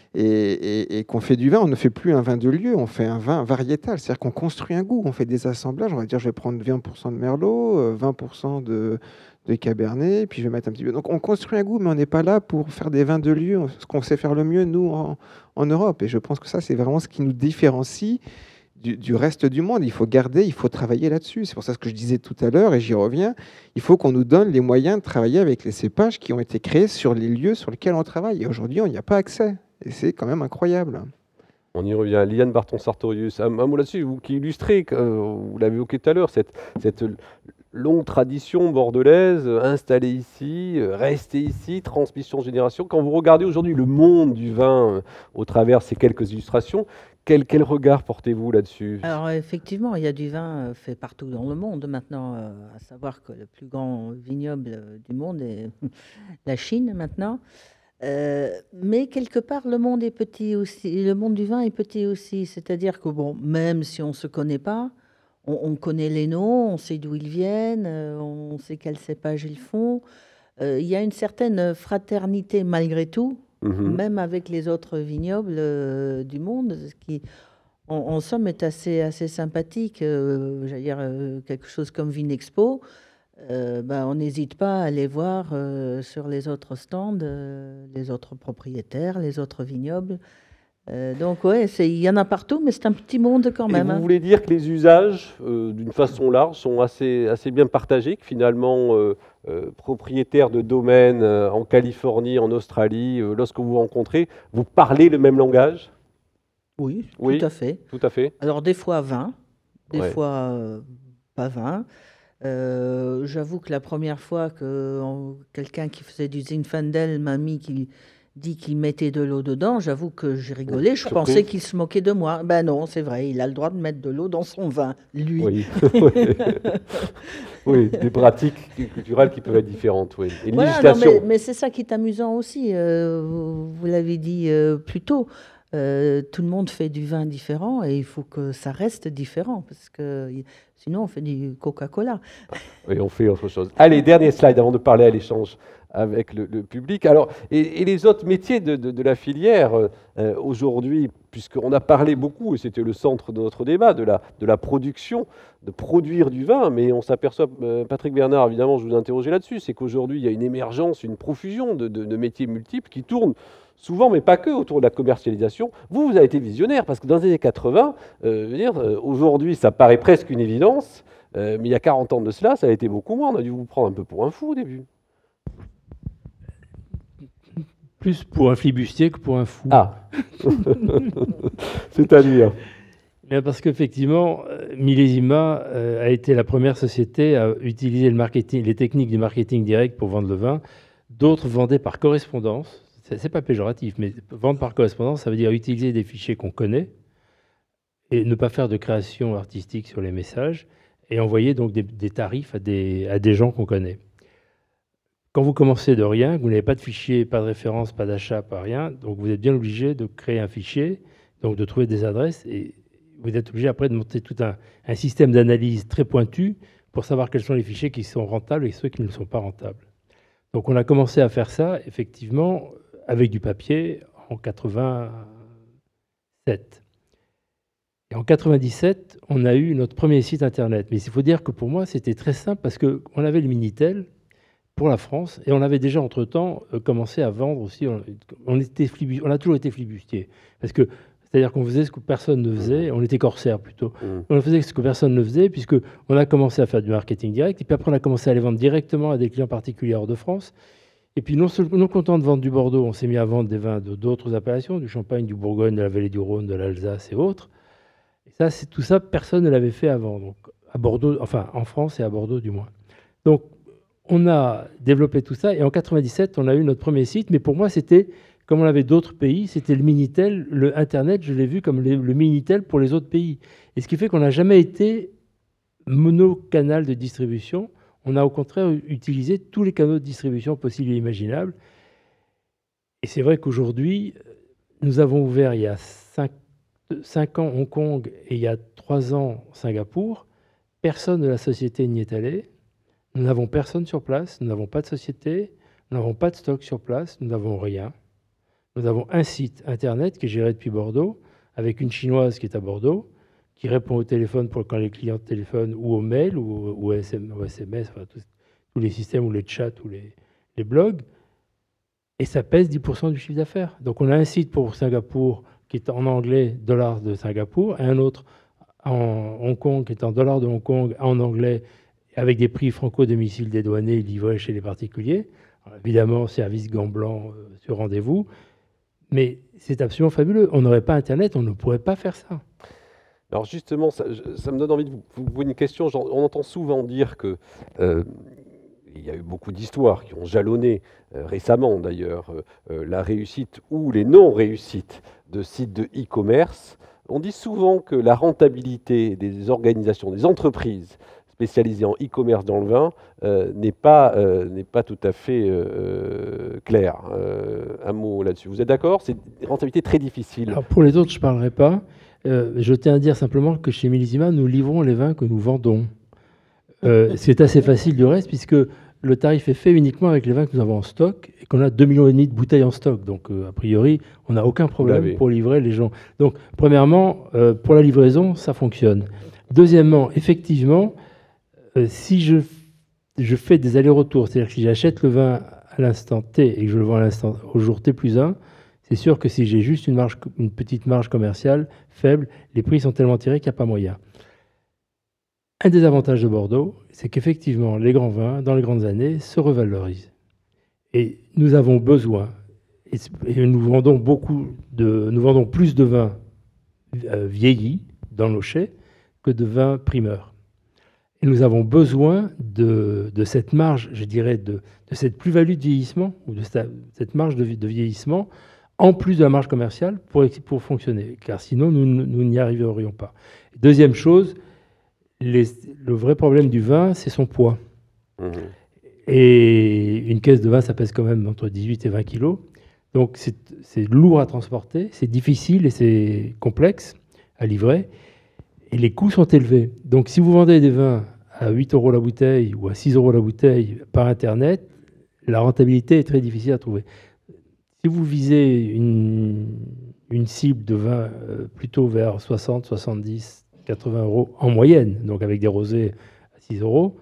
et qu'on fait du vin, on ne fait plus un vin de lieu, on fait un vin variétal. C'est-à-dire qu'on construit un goût, on fait des assemblages. On va dire, je vais prendre 20% de Merlot, 20% de Cabernet, puis je vais mettre un petit peu. Donc on construit un goût, mais on n'est pas là pour faire des vins de lieu, ce qu'on sait faire le mieux, nous, en Europe. Et je pense que ça, c'est vraiment ce qui nous différencie du reste du monde. Il faut garder, il faut travailler là-dessus. C'est pour ça que je disais tout à l'heure, et j'y reviens, il faut qu'on nous donne les moyens de travailler avec les cépages qui ont été créés sur les lieux sur lesquels on travaille. Et aujourd'hui, on n'y a pas accès. Et c'est quand même incroyable. On y revient. Liliane Barton-Sartorius, un mot là-dessus, vous qui illustrez, vous l'avez évoqué tout à l'heure, cette longue tradition bordelaise, installée ici, restée ici, transmission de génération. Quand vous regardez aujourd'hui le monde du vin au travers ces quelques illustrations, quel regard portez-vous là-dessus? Alors effectivement, il y a du vin fait partout dans le monde maintenant, à savoir que le plus grand vignoble du monde est la Chine maintenant. Mais quelque part, le monde est petit aussi. Le monde du vin est petit aussi. C'est-à-dire que bon, même si on ne se connaît pas, on connaît les noms, on sait d'où ils viennent, on sait quel cépage ils font. Il y a une certaine fraternité malgré tout, même avec les autres vignobles du monde, ce qui, en somme, est assez sympathique. J'allais dire, quelque chose comme Vinexpo. On n'hésite pas à aller voir sur les autres stands, les autres propriétaires, les autres vignobles. Donc ouais, il y en a partout, mais c'est un petit monde quand même. Et vous voulez dire que les usages, d'une façon large, sont assez bien partagés, que finalement, propriétaires de domaines en Californie, en Australie, lorsque vous vous rencontrez, vous parlez le même langage? Oui, Oui. tout à fait. Tout à fait. Alors des fois 20, des Ouais. fois pas 20. J'avoue que la première fois que quelqu'un qui faisait du Zinfandel m'a dit qu'il mettait de l'eau dedans, j'avoue que j'ai rigolé. Je Surprise. pensais qu'il se moquait de moi. Ben non, c'est vrai, il a le droit de mettre de l'eau dans son vin, lui. Oui. Oui, des pratiques culturelles qui peuvent être différentes. Oui. Et une Voilà, non, législation. mais c'est ça qui est amusant aussi. Vous l'avez dit plus tôt. Tout le monde fait du vin différent et il faut que ça reste différent parce que sinon on fait du Coca-Cola. Oui, on fait autre chose. Allez, dernier slide avant de parler à l'échange avec le public. Alors, et les autres métiers de la filière aujourd'hui, puisqu'on a parlé beaucoup, et c'était le centre de notre débat, de la production, de produire du vin, mais on s'aperçoit, Patrick Bernard, évidemment, je vous interrogeais là-dessus, c'est qu'aujourd'hui, il y a une émergence, une profusion de métiers multiples qui tournent souvent, mais pas que, autour de la commercialisation. Vous avez été visionnaire, parce que dans les années 80, aujourd'hui, ça paraît presque une évidence, mais il y a 40 ans de cela, ça a été beaucoup moins. On a dû vous prendre un peu pour un fou au début. Plus pour un flibustier que pour un fou. Ah c'est-à-dire Bien parce qu'effectivement, Millésima a été la première société à utiliser le marketing, les techniques du marketing direct pour vendre le vin. D'autres vendaient par correspondance. C'est pas péjoratif, mais vendre par correspondance, ça veut dire utiliser des fichiers qu'on connaît et ne pas faire de création artistique sur les messages et envoyer donc des tarifs à des gens qu'on connaît. Quand vous commencez de rien, vous n'avez pas de fichier, pas de référence, pas d'achat, pas rien, donc vous êtes bien obligé de créer un fichier, donc de trouver des adresses, et vous êtes obligé après de monter tout un système d'analyse très pointu pour savoir quels sont les fichiers qui sont rentables et ceux qui ne sont pas rentables. Donc on a commencé à faire ça, effectivement, avec du papier en 87. Et en 97, on a eu notre premier site internet. Mais il faut dire que pour moi, c'était très simple parce qu'on avait le Minitel pour la France et on avait déjà entre-temps commencé à vendre aussi. On a toujours été flibustier. Parce que, c'est-à-dire qu'on faisait ce que personne ne faisait, on était corsaire plutôt. On faisait ce que personne ne faisait puisqu'on a commencé à faire du marketing direct et puis après on a commencé à les vendre directement à des clients particuliers hors de France. Et puis non content de vendre du Bordeaux, on s'est mis à vendre des vins d'autres appellations, du Champagne, du Bourgogne, de la vallée du Rhône, de l'Alsace et autres. Et ça, tout ça, personne ne l'avait fait avant. Donc à Bordeaux, enfin en France et à Bordeaux du moins. Donc on a développé tout ça et en 97, on a eu notre premier site. Mais pour moi, c'était, comme on avait d'autres pays, c'était le Minitel. Le Internet, je l'ai vu comme le Minitel pour les autres pays. Et ce qui fait qu'on n'a jamais été monocanal de distribution. On a au contraire utilisé tous les canaux de distribution possibles et imaginables. Et c'est vrai qu'aujourd'hui, nous avons ouvert il y a 5 ans Hong Kong et il y a 3 ans Singapour. Personne de la société n'y est allé. Nous n'avons personne sur place, nous n'avons pas de société, nous n'avons pas de stock sur place, nous n'avons rien. Nous avons un site internet qui est géré depuis Bordeaux, avec une Chinoise qui est à Bordeaux, qui répond au téléphone quand les clients téléphonent, ou au mail, ou au SMS, enfin, tous les systèmes, ou les chats, ou les blogs. Et ça pèse 10% du chiffre d'affaires. Donc on a un site pour Singapour qui est en anglais, dollars de Singapour, et un autre en Hong Kong qui est en dollars de Hong Kong, en anglais, avec des prix franco-domicile dédouanés livrés chez les particuliers. Alors, évidemment, service gants blancs sur rendez-vous. Mais c'est absolument fabuleux. On n'aurait pas Internet, on ne pourrait pas faire ça. Alors justement, ça me donne envie de vous poser une question. On entend souvent dire que il y a eu beaucoup d'histoires qui ont jalonné récemment d'ailleurs la réussite ou les non-réussites de sites de e-commerce. On dit souvent que la rentabilité des organisations, des entreprises spécialisées en e-commerce dans le vin n'est pas tout à fait claire. Un mot là-dessus. Vous êtes d'accord? C'est une rentabilité très difficile. Alors pour les autres, je ne parlerai pas. Je tiens à dire simplement que chez Millésima, nous livrons les vins que nous vendons. C'est assez facile du reste, puisque le tarif est fait uniquement avec les vins que nous avons en stock et qu'on a 2,5 millions de bouteilles en stock. Donc, a priori, on n'a aucun problème pour livrer les gens. Donc, premièrement, pour la livraison, ça fonctionne. Deuxièmement, effectivement, si je fais des allers-retours, c'est-à-dire que si j'achète le vin à l'instant T et que je le vends au jour T+1, c'est sûr que si j'ai juste une petite marge commerciale faible, les prix sont tellement tirés qu'il n'y a pas moyen. Un des avantages de Bordeaux, c'est qu'effectivement, les grands vins, dans les grandes années, se revalorisent. Et nous avons besoin, et nous vendons plus de vins vieillis dans nos chais que de vins primeurs. Et nous avons besoin de cette marge, je dirais, de cette plus-value de vieillissement, ou de cette marge de vieillissement, en plus de la marge commerciale, pour fonctionner. Car sinon, nous n'y arriverions pas. Deuxième chose, le vrai problème du vin, c'est son poids. Et une caisse de vin, ça pèse quand même entre 18 et 20 kilos. Donc c'est lourd à transporter, c'est difficile et c'est complexe à livrer. Et les coûts sont élevés. Donc si vous vendez des vins à 8 € la bouteille ou à 6 € la bouteille par Internet, la rentabilité est très difficile à trouver. Si vous visez une cible de vin plutôt vers 60, 70, 80 € en moyenne, donc avec des rosés à 6 €,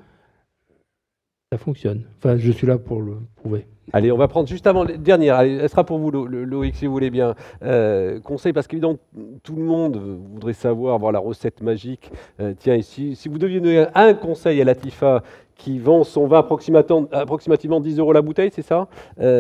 ça fonctionne. Enfin, je suis là pour le prouver. Allez, on va prendre juste avant la dernière. Allez, elle sera pour vous, Loïc, si vous voulez bien. Conseil, parce qu'évidemment, tout le monde voudrait savoir, voir la recette magique. Tiens, ici, si vous deviez donner un conseil à Latifa qui vend son vin approximativement 10 € la bouteille, c'est ça,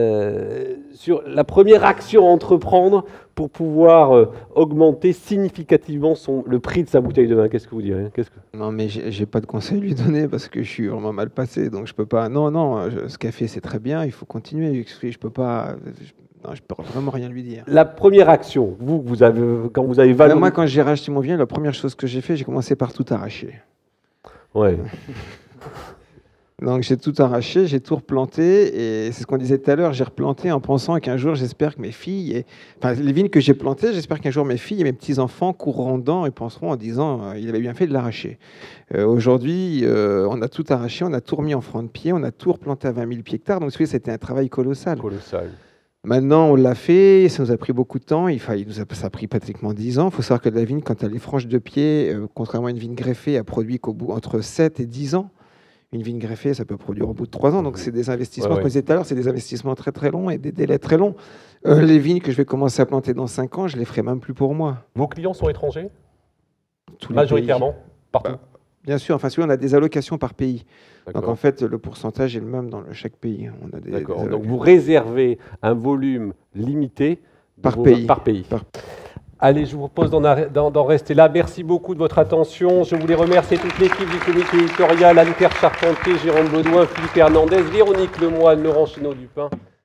sur la première action à entreprendre pour pouvoir augmenter significativement le prix de sa bouteille de vin, qu'est-ce que vous direz? Non, mais j'ai pas de conseil à lui donner parce que je suis vraiment mal passé, donc je peux pas. Non, ce qu'a fait, c'est très bien, il faut continuer. Je peux pas. Non, je peux vraiment rien lui dire. La première action, quand vous avez valorisé... Moi, quand j'ai racheté mon vin, la première chose que j'ai fait, j'ai commencé par tout arracher. Ouais. Donc j'ai tout arraché, j'ai tout replanté, et c'est ce qu'on disait tout à l'heure, j'ai replanté en pensant qu'un jour j'espère que mes filles, les vignes que j'ai plantées, j'espère qu'un jour mes filles et mes petits-enfants courront dedans et penseront en disant il avait bien fait de l'arracher. Aujourd'hui, on a tout arraché, on a tout remis en franc de pied, on a tout replanté à 20 000 pieds hectares, donc c'était un travail colossal. Maintenant, on l'a fait, ça nous a pris beaucoup de temps, ça a pris pratiquement 10 ans. Il faut savoir que la vigne, quand elle est franche de pied, contrairement à une vigne greffée, a produit qu'au bout entre 7 et 10 ans. Une vigne greffée, ça peut produire au bout de 3 ans. Donc, c'est des investissements, comme je disais tout à l'heure, c'est des investissements très très longs et des délais très longs. Les vignes que je vais commencer à planter dans 5 ans, je ne les ferai même plus pour moi. Vos clients sont étrangers? Majoritairement, partout. Bien sûr, enfin, on a des allocations par pays. Donc, en fait, le pourcentage est le même dans chaque pays. D'accord. Donc, vous réservez un volume limité par pays. Allez, je vous propose d'en rester là. Merci beaucoup de votre attention. Je voulais remercier toute l'équipe du comité éditorial, Anne-Claire Charpentier, Jérôme Baudouin, Philippe Hernandez, Véronique Lemoine, Laurent Chénaud-Dupin.